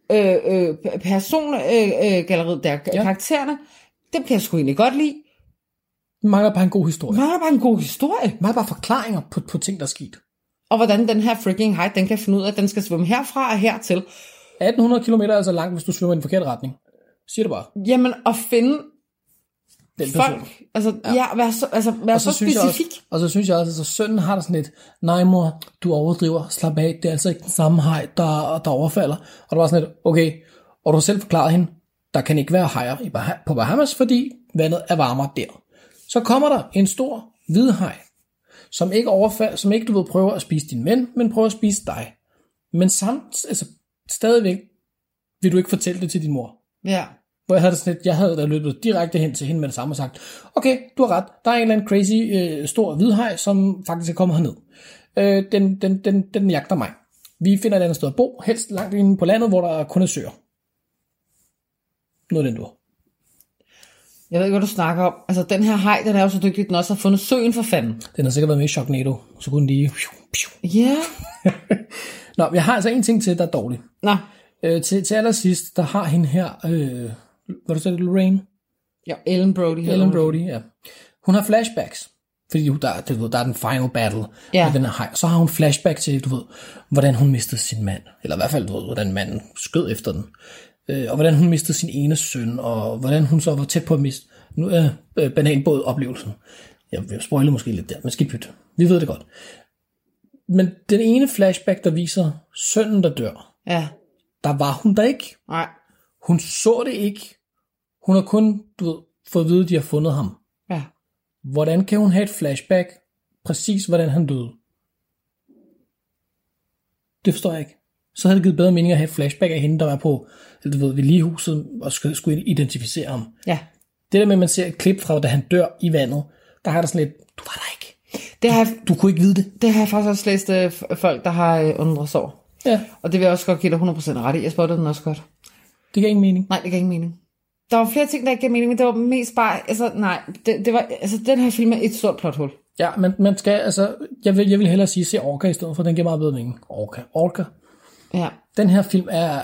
persongalleriet, karaktererne, dem kan jeg sgu egentlig godt lide. Det mangler bare en god historie. Det mangler bare forklaringer på ting, der er sket. Og hvordan den her freaking height, den kan finde ud af, at den skal svømme herfra og hertil. 1800 km er altså langt, hvis du svømmer i den forkerte retning. Siger det bare. Jamen, at finde den folk, være så specifik. Og så synes jeg også, at sønnen har der sådan et, nej mor, du overdriver, slap af, det er altså ikke den samme haj, der overfalder. Og der var sådan et, okay, og du har selv forklaret hende, der kan ikke være hajer på Bahamas, fordi vandet er varmere der. Så kommer der en stor hvid haj, som ikke du ved prøver at spise din ven, men prøver at spise dig. Men stadigvæk vil du ikke fortælle det til din mor. Ja. Hvor jeg havde da løbet direkte hen til hende med det samme og sagt, okay, du har ret, der er en eller anden crazy stor hvidhaj, som faktisk er kommet herned. Den jagter mig. Vi finder et andet sted at bo, helst langt inde på landet, hvor der kun er søer. Noget den du. Jeg ved ikke, hvad du snakker om. Altså, den her haj, den er jo så dygtig, den også har fundet søen for fanden. Den har sikkert været med i Sharknado, så kunne den lige... Ja. Nå, jeg har altså en ting til, der er dårlig. Nå. Til allersidst, der har hende her... hvad du sagde, Lorraine? Ja, Ellen Brody. Ellen Brody, ja. Hun har flashbacks. Fordi der er den final battle med den her haj. Så har hun flashback til, du ved, hvordan hun mistede sin mand. Eller i hvert fald, du ved, hvordan manden skød efter den. Og hvordan hun mistede sin ene søn, og hvordan hun så var tæt på at miste bananbåd-oplevelsen. Jeg spoiler måske lidt der, men skidt. Vi ved det godt. Men den ene flashback, der viser sønnen, der dør, der var hun der ikke. Nej. Hun så det ikke. Hun har kun, du ved, fået at vide, at de har fundet ham. Ja. Hvordan kan hun have et flashback, præcis hvordan han døde? Det forstår jeg ikke. Så havde det givet bedre mening at have et flashback af hende, der var på ved ligehuset og skulle identificere ham. Ja. Det der med, at man ser et klip fra, da han dør i vandet, der har der sådan lidt, du var der ikke. Du kunne ikke vide det. Det har jeg faktisk også læst folk, der har undret sig over. Ja. Og det vil jeg også godt give dig 100% ret i. Jeg spottede den også godt. Det gav ingen mening. Nej, det gav ingen mening. Der var flere ting, der ikke gav mening, men det var mest bare, det var, den her film er et stort plothul. Ja, men man skal, jeg vil hellere sige, se Orca i stedet for, den giver meget bedre mening. Orca. Ja. Den her film er...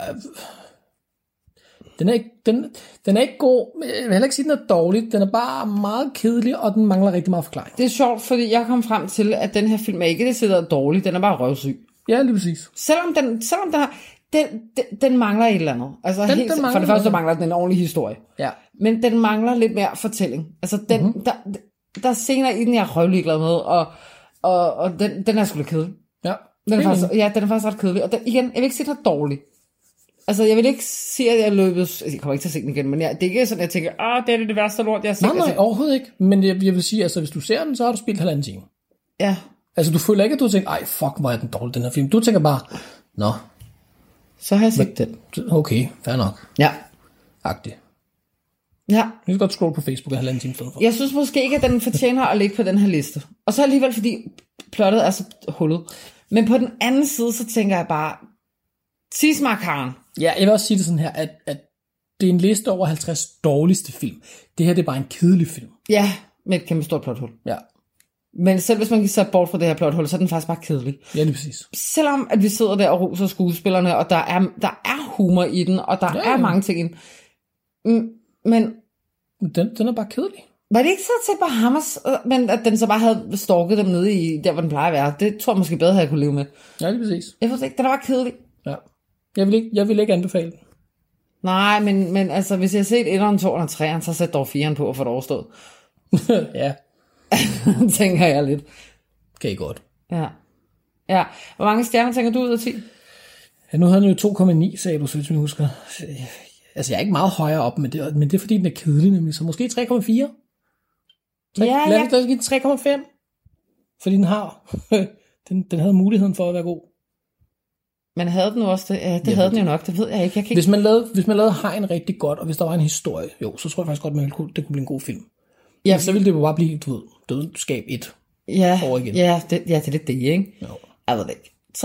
Den er ikke god. Jeg vil heller ikke sige, den er dårlig. Den er bare meget kedelig, og den mangler rigtig meget forklaring. Det er sjovt, fordi jeg kom frem til, at den her film er ikke decideret dårlig. Den er bare røvsyg. Ja, lige præcis. Selvom den mangler et eller andet. Altså, for det første mangler den en ordentlig historie. Ja. Men den mangler lidt mere fortælling. Altså, der er scener i den, jeg er røvligeglad med, og den er sgu lidt kedelig. Ja. Den er faktisk ret kedelig. Og igen, jeg vil ikke sige, den er dårlig. Altså, jeg vil ikke sige, at jeg løbet... Jeg kommer ikke til at se den igen, men det er ikke sådan, at jeg tænker, det er det værste lort, jeg har set. Nej, overhovedet ikke. Men jeg vil sige, altså, hvis du ser den, så har du spildt 1,5 time. Ja. Altså, du føler ikke, at du tænker, ej, fuck, hvor er den dårlig, den her film. Du tænker bare, nå. Så har jeg set den. Okay, fair nok. Ja. Agtigt. Ja. Vi kan godt scrolle på Facebook 1,5 time for. Jeg synes måske ikke, at den fortjener at ligge på den her liste. Og så alligevel, fordi plottet er så hullet. Men på den anden side, så tænker jeg bare, tidsmarkeren. Ja, jeg vil også sige det sådan her, at det er en liste over 50 dårligste film. Det her, det er bare en kedelig film. Ja, med et kæmpe stort plothul. Ja. Men selv hvis man kan se bort fra det her plothul, så er den faktisk bare kedelig. Ja, lige præcis. Selvom at vi sidder der og roser skuespillerne, og der er humor i den, og der er mange ting i den. Men den er bare kedelig. Var det ikke så til Bahamas, men at den så bare havde stalket dem nede i der, hvor den plejer at være? Det tror jeg måske bedre, havde jeg kunne leve med. Ja, lige præcis. Jeg forstår ikke, den er bare kedelig. Ja. Jeg vil ikke anbefale den. Nej, men altså, hvis jeg har set 1'eren, 2'eren og 3'eren, så sæt dog 4'eren på og få det overstået. Ja. Tænker jeg lidt. Okay, godt. Ja. Ja. Hvor mange stjerner tænker du ud af 10? Ja, nu havde den jo 2,9, sagde du, så hvis jeg husker. Altså, jeg er ikke meget højere op, men det er fordi, den er kedelig nemlig. Så måske 3,4? Lad os give den 3,5. Fordi den har... den havde muligheden for at være god. Men havde den nu også det? Ja, det havde den jo nok, det ved jeg ikke. Hvis man lavede Hajen rigtig godt, og hvis der var en historie, jo, så tror jeg faktisk godt, det kunne blive en god film. Ja. Så ville det jo bare blive, du ved, Dødenskab 1 over igen. Ja, det er lidt det, ikke? Jo. Jeg ved det ikke. 3,1.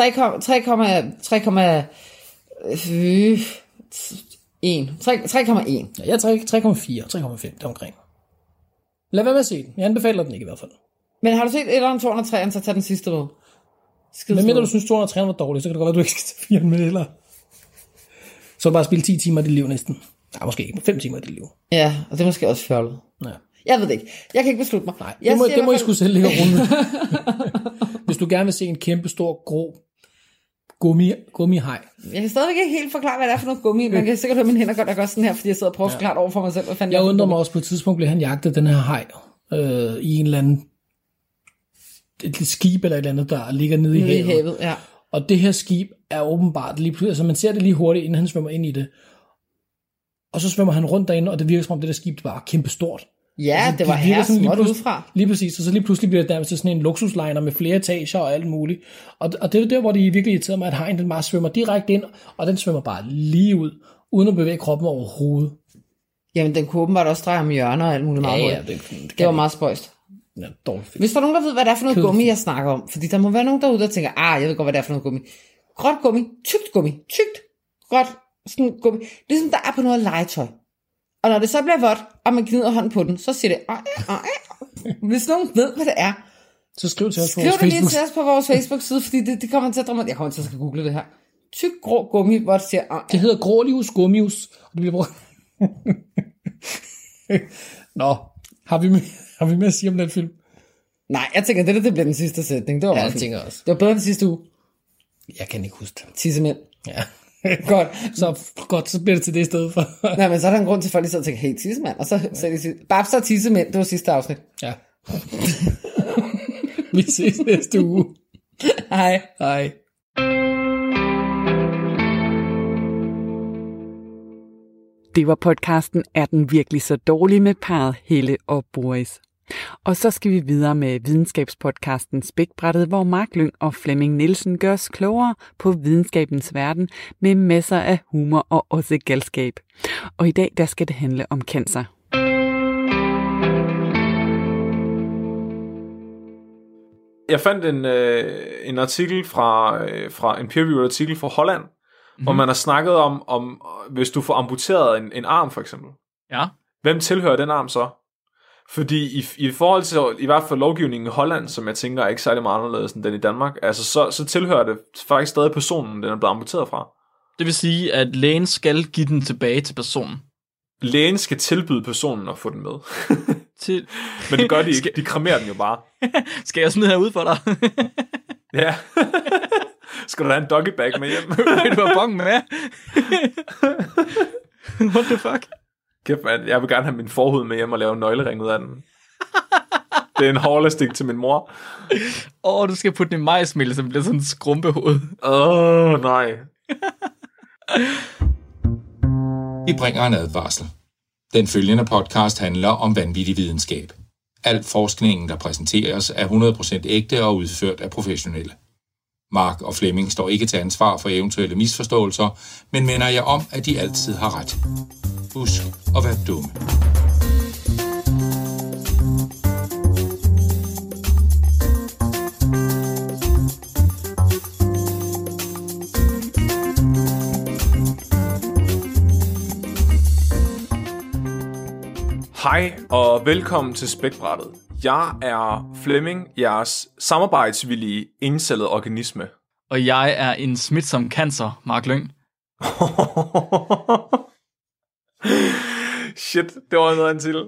Ja, 3,4, 3,5 deromkring. Lad være med at se den. Jeg anbefaler den ikke i hvert fald. Men har du set 1'eren, 2'eren og 3'eren, så tag den sidste med. Men mindre du synes 2'eren og 3'eren var dårlig, så kan det godt være, du ikke skal tage 4'eren med heller. Så bare spille 10 timer af dit liv næsten. Nej, måske ikke, 5 timer af dit liv. Ja, og det er måske også fjollet. Ja. Jeg ved det ikke. Jeg kan ikke beslutte mig. Nej, det må I sgu selv ligge og runde. Hvis du gerne vil se en kæmpe stor grå gummihaj. Jeg kan stadigvæk ikke helt forklare, hvad det er for noget gummi. Man kan sikkert høre mine hænder godt, der gør sådan her, fordi jeg sidder og prøver at forklare over for mig selv. Jeg undrer mig også, på et tidspunkt blev han jagtet, den her haj, i en eller anden et skib eller et eller andet, der ligger nede i havet. Ja. Og det her skib er åbenbart lige pludselig, altså man ser det lige hurtigt, inden han svømmer ind i det. Og så svømmer han rundt derinde, og det virker som om det der skib var kæmpe stort. Ja, altså, det var her småt udefra. Lige præcis, og så lige pludselig bliver det der sådan en luksusliner med flere etager og alt muligt. Og det er der, hvor det virkelig irriterer mig, at hajen den bare svømmer direkte ind, og den svømmer bare lige ud, uden at bevæge kroppen overhovedet. Jamen, den kunne åbenbart også dreje om hjørner og alt muligt meget. Ja, det var meget spøjst. Ja, dårligt. Hvis der er nogen, der ved, hvad det er for noget gummi, jeg snakker om, fordi der må være nogen derude, der tænker, jeg ved godt, hvad det er for noget gummi. Gråt gummi, tykt, gråt, sådan gummi. Ligesom der er på noget legetøj. Og når det så bliver vådt, og man gnider hånden på den, så siger det, hvis nogen ved, hvad det er, så skriv til os på vores Facebook. Skriv det lige til os på vores Facebook-side, fordi det kommer til at drømme. Jeg kommer til at skal google det her. Tyk, grå gummi, hvor det siger, Det hedder Grålius Gummius, og det bliver brugt. Nå, har vi mere at sige om den film? Nej, jeg tænker, det bliver den sidste sætning. Det var jeg tænker også. Det var bedre den sidste uge. Jeg kan ikke huske det. Tissemænd. Ja. Godt. Så bliver det til det i stedet for. Nej, men så er der en grund til, at folk lige sidder og tænker, hey, tissemand. Og så de Babs og tissemænd, det var sidste afsnit. Ja. Vi ses næste uge. Hej. Hej. Det var podcasten Er den virkelig så dårlig med parret Helle og Boris. Og så skal vi videre med videnskabspodcasten Spækbrættet, hvor Mark Lyng og Flemming Nielsen gør os klogere på videnskabens verden med masser af humor og også galskab. Og i dag der skal det handle om cancer. Jeg fandt en artikel fra en peer-reviewed artikel fra Holland, hvor man har snakket om hvis du får amputeret en arm for eksempel. Ja. Hvem tilhører den arm så? Fordi i forhold til i hvert fald lovgivningen i Holland, som jeg tænker er ikke særlig meget anderledes end den i Danmark, altså så tilhører det faktisk stadig personen, den er blevet amputeret fra. Det vil sige, at lægen skal give den tilbage til personen. Lægen skal tilbyde personen at få den med. Men det gør de ikke. De kremerer den jo bare. Skal jeg smide herud for dig? Ja. Skal du have en doggy bag med hjem? Du har bongen med. What the fuck? Jeg vil gerne have min forhud med hjem og lave en nøglering ud af den. Det er en hårlastik til min mor. Du skal putte den i majsmel, så det bliver sådan en skrumpehoved. Nej. Vi bringer en advarsel. Den følgende podcast handler om vanvittig videnskab. Al forskningen, der præsenteres, er 100% ægte og udført af professionelle. Mark og Flemming står ikke til ansvar for eventuelle misforståelser, men minder jer om, at de altid har ret. Husk at være dumme. Hej og velkommen til Spækbrættet. Jeg er Flemming, jeres samarbejdsvillige encellede organisme. Og jeg er en smitsom cancer, Mark Lyng. Shit, det var noget af en titel.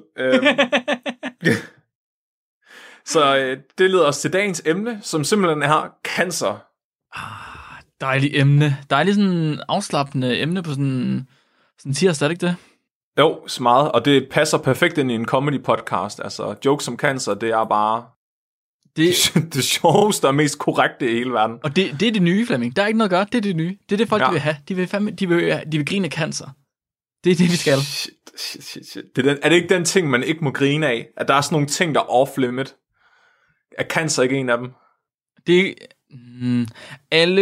Så det leder os til dagens emne, som simpelthen er cancer. Dejligt emne. Dejligt sådan afslappende emne på sådan tirsdag, er det ikke det? Jo, så meget, og det passer perfekt ind i en comedy podcast. Altså, jokes om cancer, det er bare det sjoveste og mest korrekte i hele verden. Og det er det nye, Flemming. Der er ikke noget at gøre, det er det nye. Det er det folk, de vil have. De vil grine cancer. Det er det, vi skal. Shit. Er det ikke den ting, man ikke må grine af? At der er sådan nogle ting, der er off-limit? Er cancer ikke en af dem? Alle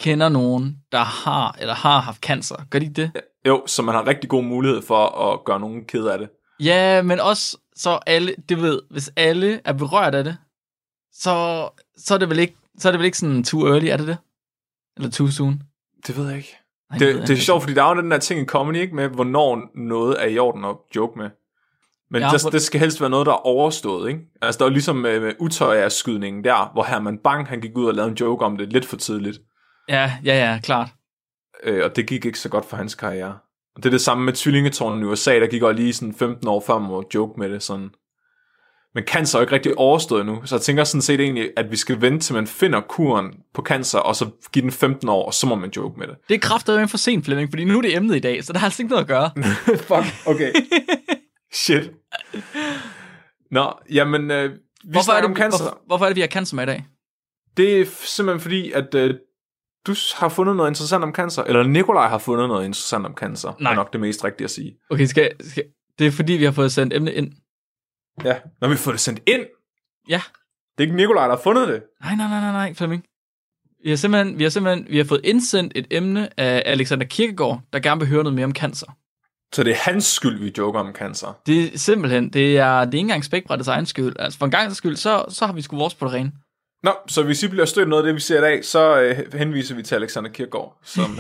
kender nogen, der har eller har haft cancer. Gør de ikke det? Jo, så man har rigtig god mulighed for at gøre nogen ked af det. Ja, men også så alle, det ved, hvis alle er berørt af det, så er det vel ikke sådan too early, er det det? Eller too soon? Det ved jeg ikke. Nej, Det er sjovt, fordi der er jo den der ting i comedy, ikke, med hvornår noget er i orden at joke med. Men ja, det skal helst være noget, der er overstået, ikke? Altså, der er jo ligesom med Utøya-skydningen der, hvor Herman Bang, han gik ud og lavede en joke om det lidt for tidligt. Ja, klart. Og det gik ikke så godt for hans karriere. Og det er det samme med tvillingetårnen i USA, der gik også lige sådan 15 år før man må joke med det sådan. Men cancer er jo ikke rigtig overstået nu, så jeg tænker sådan set egentlig, at vi skal vente til man finder kuren på cancer, og så give den 15 år, og så må man joke med det. Det er kraftedeme for sent, Flemming, fordi nu er det emnet i dag, så der har altså ikke noget at gøre. Fuck, okay. Shit. Nå, jamen, vi snakker om cancer. Hvorfor er det, vi har cancer med i dag? Det er simpelthen fordi, at du har fundet noget interessant om cancer, eller Nikolaj har fundet noget interessant om cancer. Nej. Det er nok det mest rigtige at sige. Okay, det er fordi, vi har fået sendt emne ind. Ja, når vi får det sendt ind? Ja. Det er ikke Nikolaj, der har fundet det? Nej, Flemming. Vi har fået indsendt et emne af Alexander Kirkegaard, der gerne vil høre noget mere om cancer. Så det er hans skyld, vi joker om cancer? Det er simpelthen, det er ikke engang Spækbrættets egen skyld. Altså for en gang skyld, så har vi sgu vores på det rene. Nå, så hvis I bliver stødt noget af det, vi ser i dag, så henviser vi til Alexander Kirkegaard, som...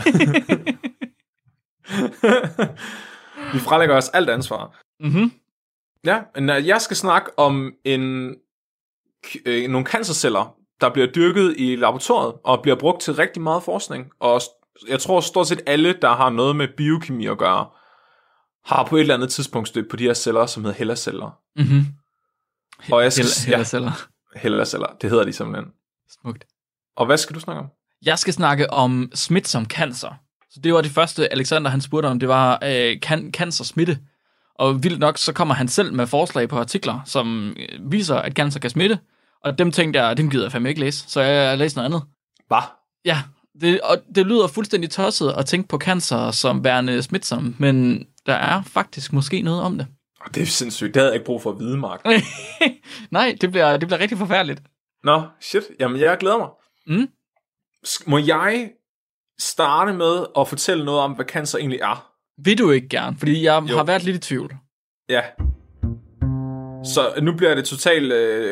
Vi frelægger os alt ansvar. Mhm. Ja, jeg skal snakke om nogle cancerceller, der bliver dyrket i laboratoriet og bliver brugt til rigtig meget forskning. Og jeg tror stort set alle, der har noget med biokemi at gøre, har på et eller andet tidspunkt stødt på de her celler, som hedder HeLa-celler. Mhm. Og jeg skal HeLa-celler. HeLa-celler, det hedder de simpelthen. Smukt. Og hvad skal du snakke om? Jeg skal snakke om smitsom cancer. Så det var det første, Alexander han spurgte om, det var cancer-smitte. Og vildt nok, så kommer han selv med forslag på artikler, som viser, at cancer kan smitte. Og dem tænkte jeg, dem gider jeg fandme ikke læse, så jeg læste noget andet. Hvad? Ja, det lyder fuldstændig tosset at tænke på cancer som værende smitsom, men der er faktisk måske noget om det. Det er sindssygt, det havde jeg ikke brug for at vide, Mark. Nej, det bliver rigtig forfærdeligt. Nå, shit, jamen jeg glæder mig. Mm. Må jeg starte med at fortælle noget om, hvad cancer egentlig er? Vil du ikke gerne? Fordi jeg har været lidt i tvivl. Ja. Så nu bliver det totalt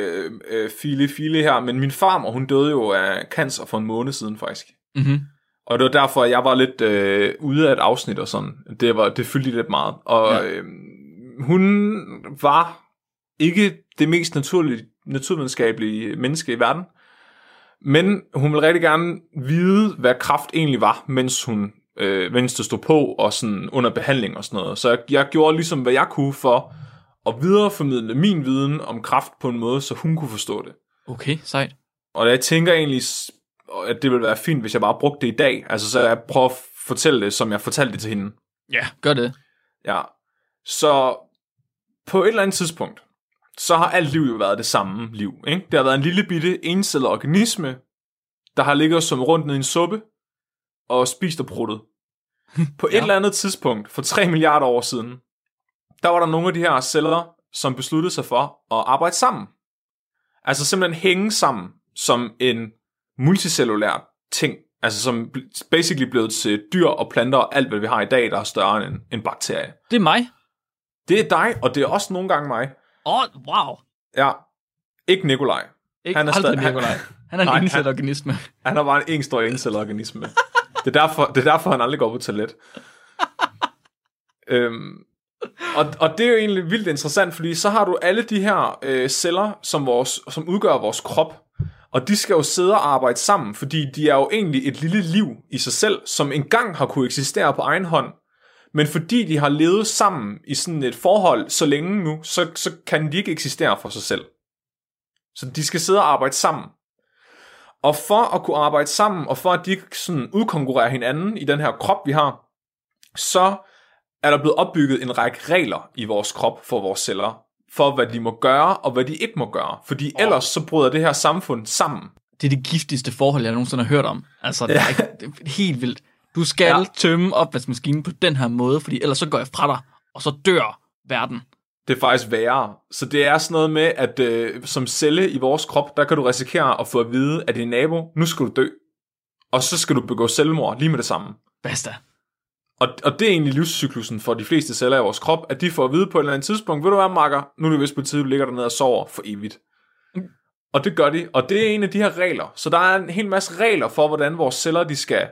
file her, men min farmor, hun døde jo af cancer for en måned siden faktisk. Mhm. Og det var derfor, at jeg var lidt ude af et afsnit og sådan. Det fyldte lidt meget. Og hun var ikke det mest naturvidenskabelige menneske i verden. Men hun ville rigtig gerne vide, hvad kræft egentlig var, mens det stod på og sådan under behandling og sådan noget. Så jeg gjorde ligesom, hvad jeg kunne for at videreformidle min viden om kræft på en måde, så hun kunne forstå det. Okay, sejt. Og jeg tænker egentlig, at det ville være fint, hvis jeg bare brugte det i dag. Altså, så jeg prøver at fortælle det, som jeg fortalte det til hende. Ja, gør det. Ja. Så på et eller andet tidspunkt, så har alt liv jo været det samme liv. Ikke? Det har været en lille bitte encellet organisme, der har ligget som rundt ned i en suppe og spist og pruttet. På et eller andet tidspunkt, for 3 milliarder år siden, der var der nogle af de her celler, som besluttede sig for at arbejde sammen. Altså simpelthen hænge sammen som en multicellulær ting. Altså som basically blevet til dyr og planter og alt, hvad vi har i dag, der er større end en bakterie. Det er mig. Det er dig, og det er også nogle gange mig. Wow. Ja, ikke Nikolaj. Ikke han er aldrig Nikolaj. Han er en encellet organisme. Han er bare en stor encellet organisme. Det er derfor, han aldrig går på toilet. Og det er jo egentlig vildt interessant, fordi så har du alle de her celler, som udgør vores krop, og de skal jo sidde og arbejde sammen, fordi de er jo egentlig et lille liv i sig selv, som engang har kunne eksistere på egen hånd, men fordi de har levet sammen i sådan et forhold så længe nu, så kan de ikke eksistere for sig selv. Så de skal sidde og arbejde sammen. Og for at kunne arbejde sammen, og for at de ikke sådan udkonkurrerer hinanden i den her krop, vi har, så er der blevet opbygget en række regler i vores krop for vores celler, for hvad de må gøre, og hvad de ikke må gøre. Fordi ellers så bryder det her samfund sammen. Det er det giftigste forhold, jeg nogensinde har hørt om. Altså, det er helt vildt. Du skal tømme opvaskemaskinen på den her måde, fordi ellers så går jeg fra dig, og så dør verden. Det er faktisk værre. Så det er sådan noget med, at som celle i vores krop, der kan du risikere at få at vide af din nabo, nu skal du dø. og så skal du begå selvmord lige med det samme. Basta. Og det er egentlig livscyklusen for de fleste celler i vores krop, at de får at vide på et eller andet tidspunkt, ved du hvad, makker, nu er det vist på tide, du ligger dernede og sover for evigt. Og det gør de, og det er en af de her regler. Så der er en hel masse regler for, hvordan vores celler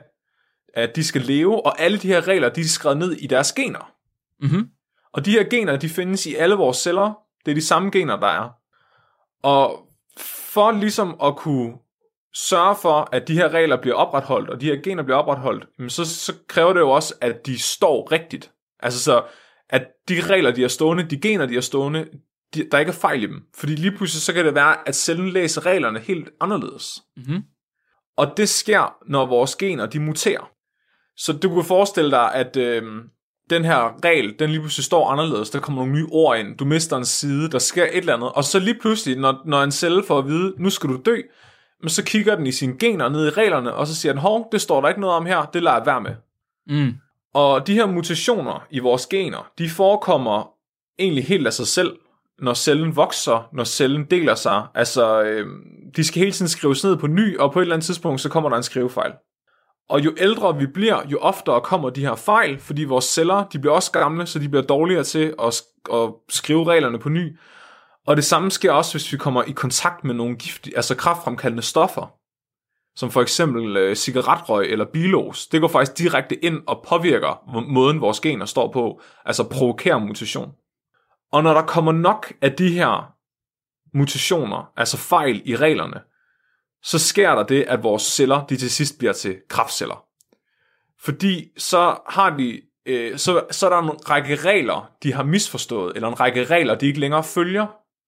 de skal leve, og alle de her regler, de er skrevet ned i deres gener. Mhm. Og de her gener, de findes i alle vores celler. Det er de samme gener, der er. Og for ligesom at kunne sørge for, at de her regler bliver opretholdt, og de her gener bliver opretholdt, så kræver det jo også, at de står rigtigt. Altså så, at de regler, de er stående, de gener, de er stående, der ikke er fejl i dem. Fordi lige pludselig, så kan det være, at cellen læser reglerne helt anderledes. Mhm. Og det sker, når vores gener, de muterer. Så du kunne forestille dig, at den her regel, den lige pludselig står anderledes. Der kommer nogle nye ord ind. Du mister en side. Der sker et eller andet. Og så lige pludselig, når en celle får at vide, nu skal du dø, men så kigger den i sine gener ned i reglerne, og så siger den, hov, det står der ikke noget om her. Det lader jeg være med. Mm. Og de her mutationer i vores gener, de forekommer egentlig helt af sig selv, når cellen vokser, når cellen deler sig. Altså, de skal hele tiden skrives ned på ny, og på et eller andet tidspunkt, så kommer der en skrivefejl. Og jo ældre vi bliver, jo oftere kommer de her fejl, fordi vores celler, de bliver også gamle, så de bliver dårligere til at skrive reglerne på ny. Og det samme sker også, hvis vi kommer i kontakt med nogle giftige, altså kræftfremkaldende stoffer, som for eksempel cigaretrøg eller bilos. Det går faktisk direkte ind og påvirker måden, vores gener står på, altså provokerer mutation. Og når der kommer nok af de her mutationer, altså fejl i reglerne, så sker der det, at vores celler, de til sidst bliver til kræftceller. Fordi så har de, så er der en række regler, de har misforstået, eller en række regler, de ikke længere følger,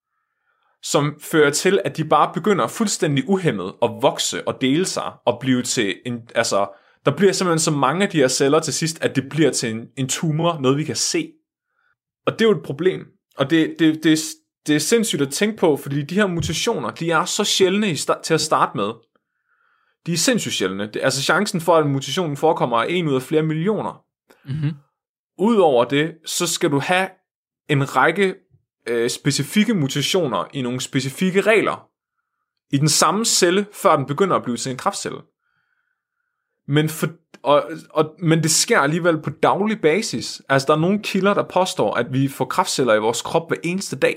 som fører til, at de bare begynder fuldstændig uhæmmet at vokse og dele sig, og blive til en, altså, der bliver simpelthen så mange af de her celler til sidst, at det bliver til en tumor, noget vi kan se. Og det er jo et problem. Og det er sindssygt at tænke på, fordi de her mutationer, de er så sjældne til at starte med. De er sindssygt sjældne. Altså chancen for, at mutationen forekommer, er 1 ud af flere millioner. Mhm. Udover det, så skal du have en række specifikke mutationer i nogle specifikke regler i den samme celle, før den begynder at blive til en kræftcelle. Men det sker alligevel på daglig basis. Altså der er nogle kilder, der påstår, at vi får kræftceller i vores krop hver eneste dag.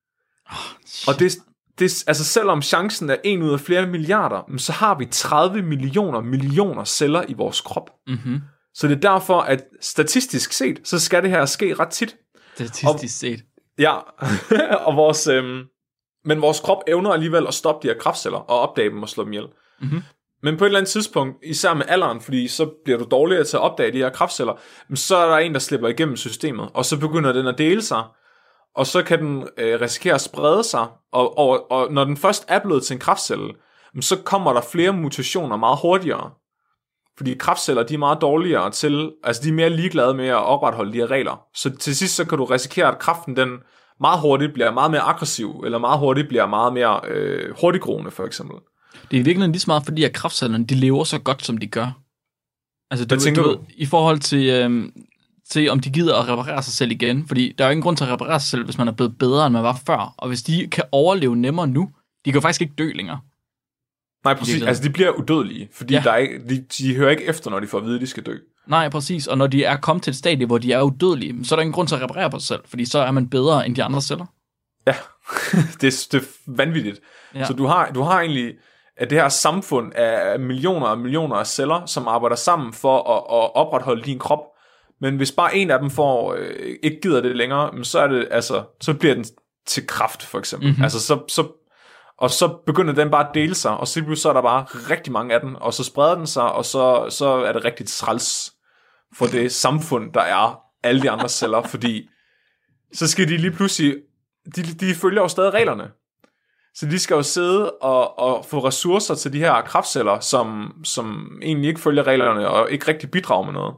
Og det, altså selvom chancen er 1 ud af flere milliarder, så har vi 30 millioner celler i vores krop. Mhm. Så det er derfor, at statistisk set, så skal det her ske ret tit. Statistisk set. Ja, og men vores krop evner alligevel at stoppe de her kræftceller og opdage dem og slå dem ihjel. Mhm. Men på et eller andet tidspunkt, især med alderen, fordi så bliver du dårligere til at opdage de her kræftceller, så er der en, der slipper igennem systemet, og så begynder den at dele sig, og så kan den risikere at sprede sig, og når den først er blevet til en kræftcelle, så kommer der flere mutationer meget hurtigere. Fordi kræftceller, de er meget dårligere til, altså de er mere ligeglade med at opretholde de her regler. Så til sidst, så kan du risikere, at kræften, den meget hurtigt bliver meget mere aggressiv, eller meget hurtigt bliver meget mere hurtiggroende, for eksempel. Det er i virkeligheden lige så meget, fordi at kræftcellerne, de lever så godt, som de gør. Altså, Hvad tænker du? I forhold til, om de gider at reparere sig selv igen. Fordi der er jo ingen grund til at reparere sig selv, hvis man er blevet bedre, end man var før. Og hvis de kan overleve nemmere nu, de kan faktisk ikke dø længere. Nej, præcis. Altså, de bliver udødelige, fordi de hører ikke efter, når de får at vide, at de skal dø. Nej, præcis. Og når de er kommet til et stadie, hvor de er udødelige, så er der ingen grund til at reparere på sig selv, fordi så er man bedre end de andre celler. Ja, det er vanvittigt. Ja. Så du har egentlig at det her samfund af millioner og millioner af celler, som arbejder sammen for at opretholde din krop. Men hvis bare en af dem ikke gider det længere, så er det så bliver den til kræft, for eksempel. Mm-hmm. Altså så begynder den bare at dele sig, og så er der bare rigtig mange af dem, og så spreder den sig, og så er det rigtig træls for det samfund, der er alle de andre celler, fordi så skal de lige pludselig, de følger jo stadig reglerne. Så de skal jo sidde og få ressourcer til de her kræftceller, som egentlig ikke følger reglerne, og ikke rigtig bidrager med noget.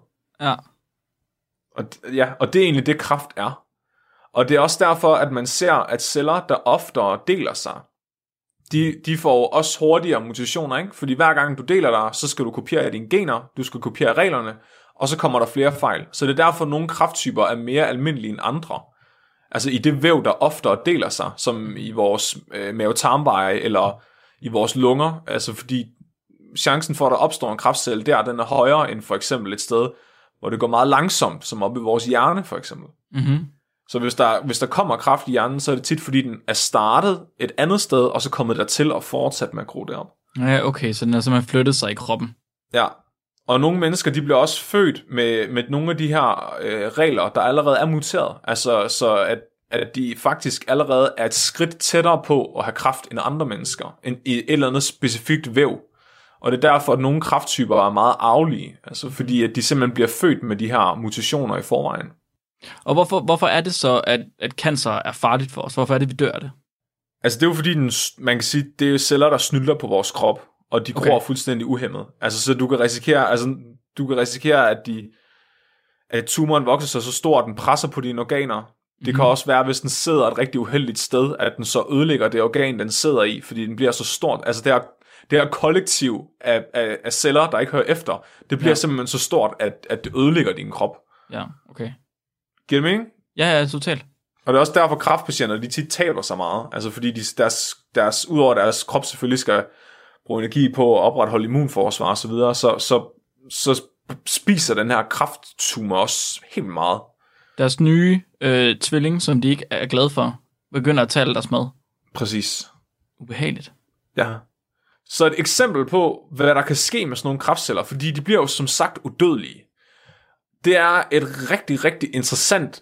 Ja. Og det er egentlig det, kræft er. Og det er også derfor, at man ser, at celler, der oftere deler sig, de får også hurtigere mutationer, ikke? Fordi hver gang du deler dig, så skal du kopiere dine gener, du skal kopiere reglerne, og så kommer der flere fejl. Så det er derfor, at nogle kræfttyper er mere almindelige end andre. Altså i det væv, der oftere deler sig, som i vores mavetarmveje eller i vores lunger. Altså fordi chancen for, at der opstår en kræftcelle der, den er højere end for eksempel et sted, hvor det går meget langsomt, som oppe i vores hjerne for eksempel. Mm-hmm. Så hvis der kommer kræft i hjernen, så er det tit, fordi den er startet et andet sted, og så kommet dertil og fortsat med at gro derop. Ja, okay, så den har simpelthen flyttet sig i kroppen. Ja, og nogle mennesker, de bliver også født med nogle af de her regler, der allerede er muteret. Altså, så at de faktisk allerede er et skridt tættere på at have kræft end andre mennesker, end i et eller andet specifikt væv. Og det er derfor, at nogle kræfttyper er meget arvelige, altså fordi at de simpelthen bliver født med de her mutationer i forvejen. Og hvorfor er det så, at cancer er farligt for os? Hvorfor er det, vi dør af det? Altså det er jo fordi, man kan sige, det er jo celler, der snylder på vores krop, og de gror fuldstændig uhæmmet. Altså så du kan risikere, at tumoren vokser sig så stor, at den presser på dine organer. Det kan også være, hvis den sidder et rigtig uheldigt sted, at den så ødelægger det organ, den sidder i, fordi den bliver så stort. Altså det her kollektiv af celler, der ikke hører efter, det bliver simpelthen så stort, at det ødelægger din krop. Ja, okay. Giver det mening? Ja, totalt. Og det er også derfor, kræftpatienter, de tit taber så meget. Altså fordi udover deres krop selvfølgelig skal bruge energi på at opretholde immunforsvar og så videre, så spiser den her kræfttumor også helt meget. Deres nye tvilling, som de ikke er glade for, begynder at tale deres mad. Præcis. Ubehageligt. Ja. Så et eksempel på, hvad der kan ske med sådan nogle kræftceller, fordi de bliver jo som sagt udødelige. Det er et rigtig, rigtig interessant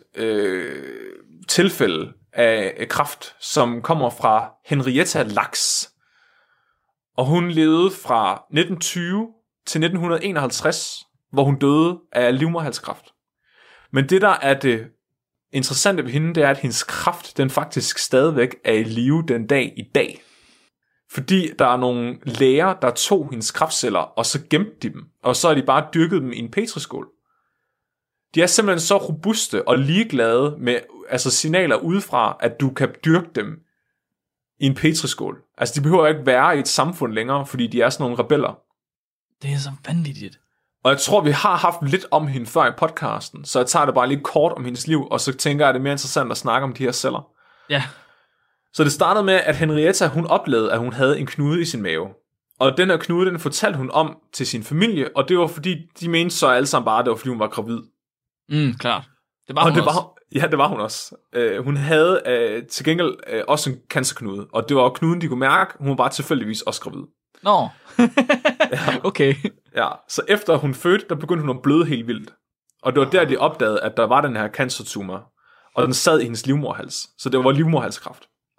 tilfælde af kræft, som kommer fra Henrietta Lacks. Og hun levede fra 1920 til 1951, hvor hun døde af livmoderhalskræft. Men det, der er det interessante ved hende, det er, at hendes kræft, den faktisk stadigvæk er i live den dag i dag. Fordi der er nogle læger, der tog hendes kræftceller, og så gemte de dem. Og så har de bare dyrket dem i en petriskål. De er simpelthen så robuste og ligeglade med signaler udefra, at du kan dyrke dem i en petriskål. Altså, de behøver ikke være i et samfund længere, fordi de er sådan nogle rebeller. Det er så vanvittigt. Og jeg tror, vi har haft lidt om hende før i podcasten, så jeg tager det bare lige kort om hendes liv, og så tænker jeg, at det er mere interessant at snakke om de her celler. Ja. Så det startede med, at Henrietta, hun oplevede, at hun havde en knude i sin mave. Og den her knude, den fortalte hun om til sin familie, og det var fordi, de mente så alle sammen bare, at det var fordi hun var gravid. Klart. Det var hun også. Ja, det var hun også. Hun havde til gengæld også en cancerknude, og det var knuden, de kunne mærke. Hun var bare tilfældigvis også gravid. Nå. Okay. Ja, så efter hun fødte, der begyndte hun at bløde helt vildt. Og det var der, de opdagede, at der var den her cancertumor, og den sad i hendes livmoderhals. Så det var livmoderhalskræft.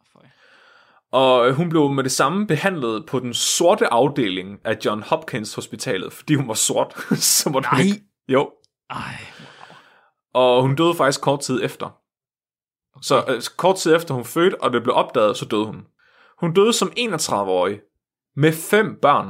Og hun blev med det samme behandlet på den sorte afdeling af John Hopkins Hospitalet, fordi hun var sort. Så måtte hun ikke... Jo. Ej. Og hun døde faktisk kort tid efter. Okay. Så kort tid efter hun fødte, og det blev opdaget, så døde hun. Hun døde som 31-årig med 5 børn.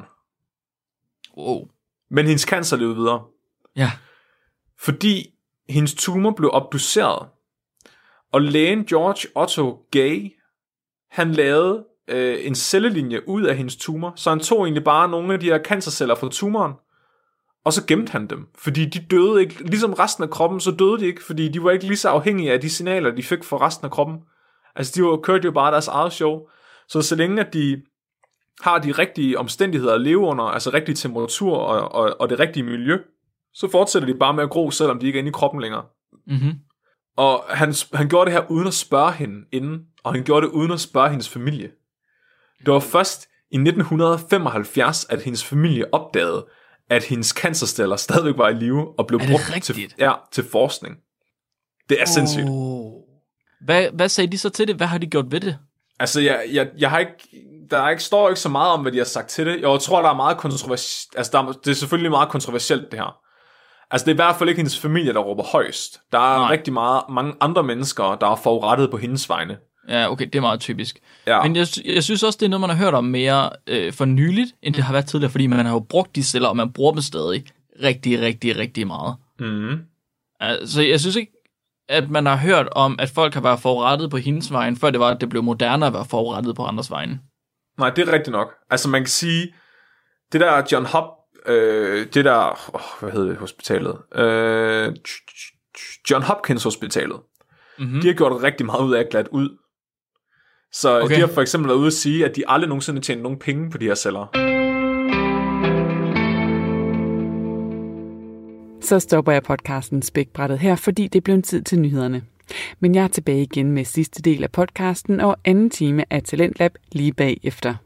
Wow. Men hendes cancer levede videre. Ja. Fordi hendes tumor blev obduceret. Og lægen George Otto Gay, han lavede en cellelinje ud af hendes tumor, så han tog egentlig bare nogle af de her cancerceller fra tumoren, og så gemte han dem, fordi de døde ikke, ligesom resten af kroppen, så døde de ikke, fordi de var ikke lige så afhængige af de signaler, de fik fra resten af kroppen. Altså de kørte jo bare deres eget show, så længe at de har de rigtige omstændigheder at leve under, altså rigtig temperatur og det rigtige miljø, så fortsætter de bare med at gro, selvom de ikke er inde i kroppen længere. Mhm. Og han gjorde det her uden at spørge hende inden, og han gjorde det uden at spørge hendes familie. Det var først i 1975, at hendes familie opdagede, at hendes cancerceller stadigvæk var i live og blev brugt til forskning. Det er sindssygt. Hvad sagde de så til det? Hvad har de gjort ved det? Altså, jeg har ikke, står ikke så meget om, hvad de har sagt til det. Jeg tror, der er meget kontroversielt. Altså, det er selvfølgelig meget kontroversielt, det her. Altså, det er i hvert fald ikke hendes familie, der råber højst. Der er rigtig mange andre mennesker, der er forurettet på hendes vegne. Ja, okay, det er meget typisk. Ja. Men jeg synes også, det er noget, man har hørt om mere for nyligt, end det har været tidligere, fordi man har jo brugt de celler, og man bruger dem stadig rigtig, rigtig, rigtig meget. Mm. Altså, jeg synes ikke, at man har hørt om, at folk har været forurettet på hendes vegne, før det var, at det blev moderne at være forurettet på andres vegne. Nej, det er rigtigt nok. Altså, man kan sige, det der John hvad hedder det hospitalet? John Hopkins Hospitalet. Mm-hmm. De har gjort rigtig meget ud af at glatte ud. Så de har for eksempel været ude at sige, at de aldrig nogensinde tjener nogen penge på de her celler. så stopper jeg podcasten Spækbrættet her, fordi det blev en tid til nyhederne. Men jeg er tilbage igen med sidste del af podcasten og anden time af Talentlab lige bagefter.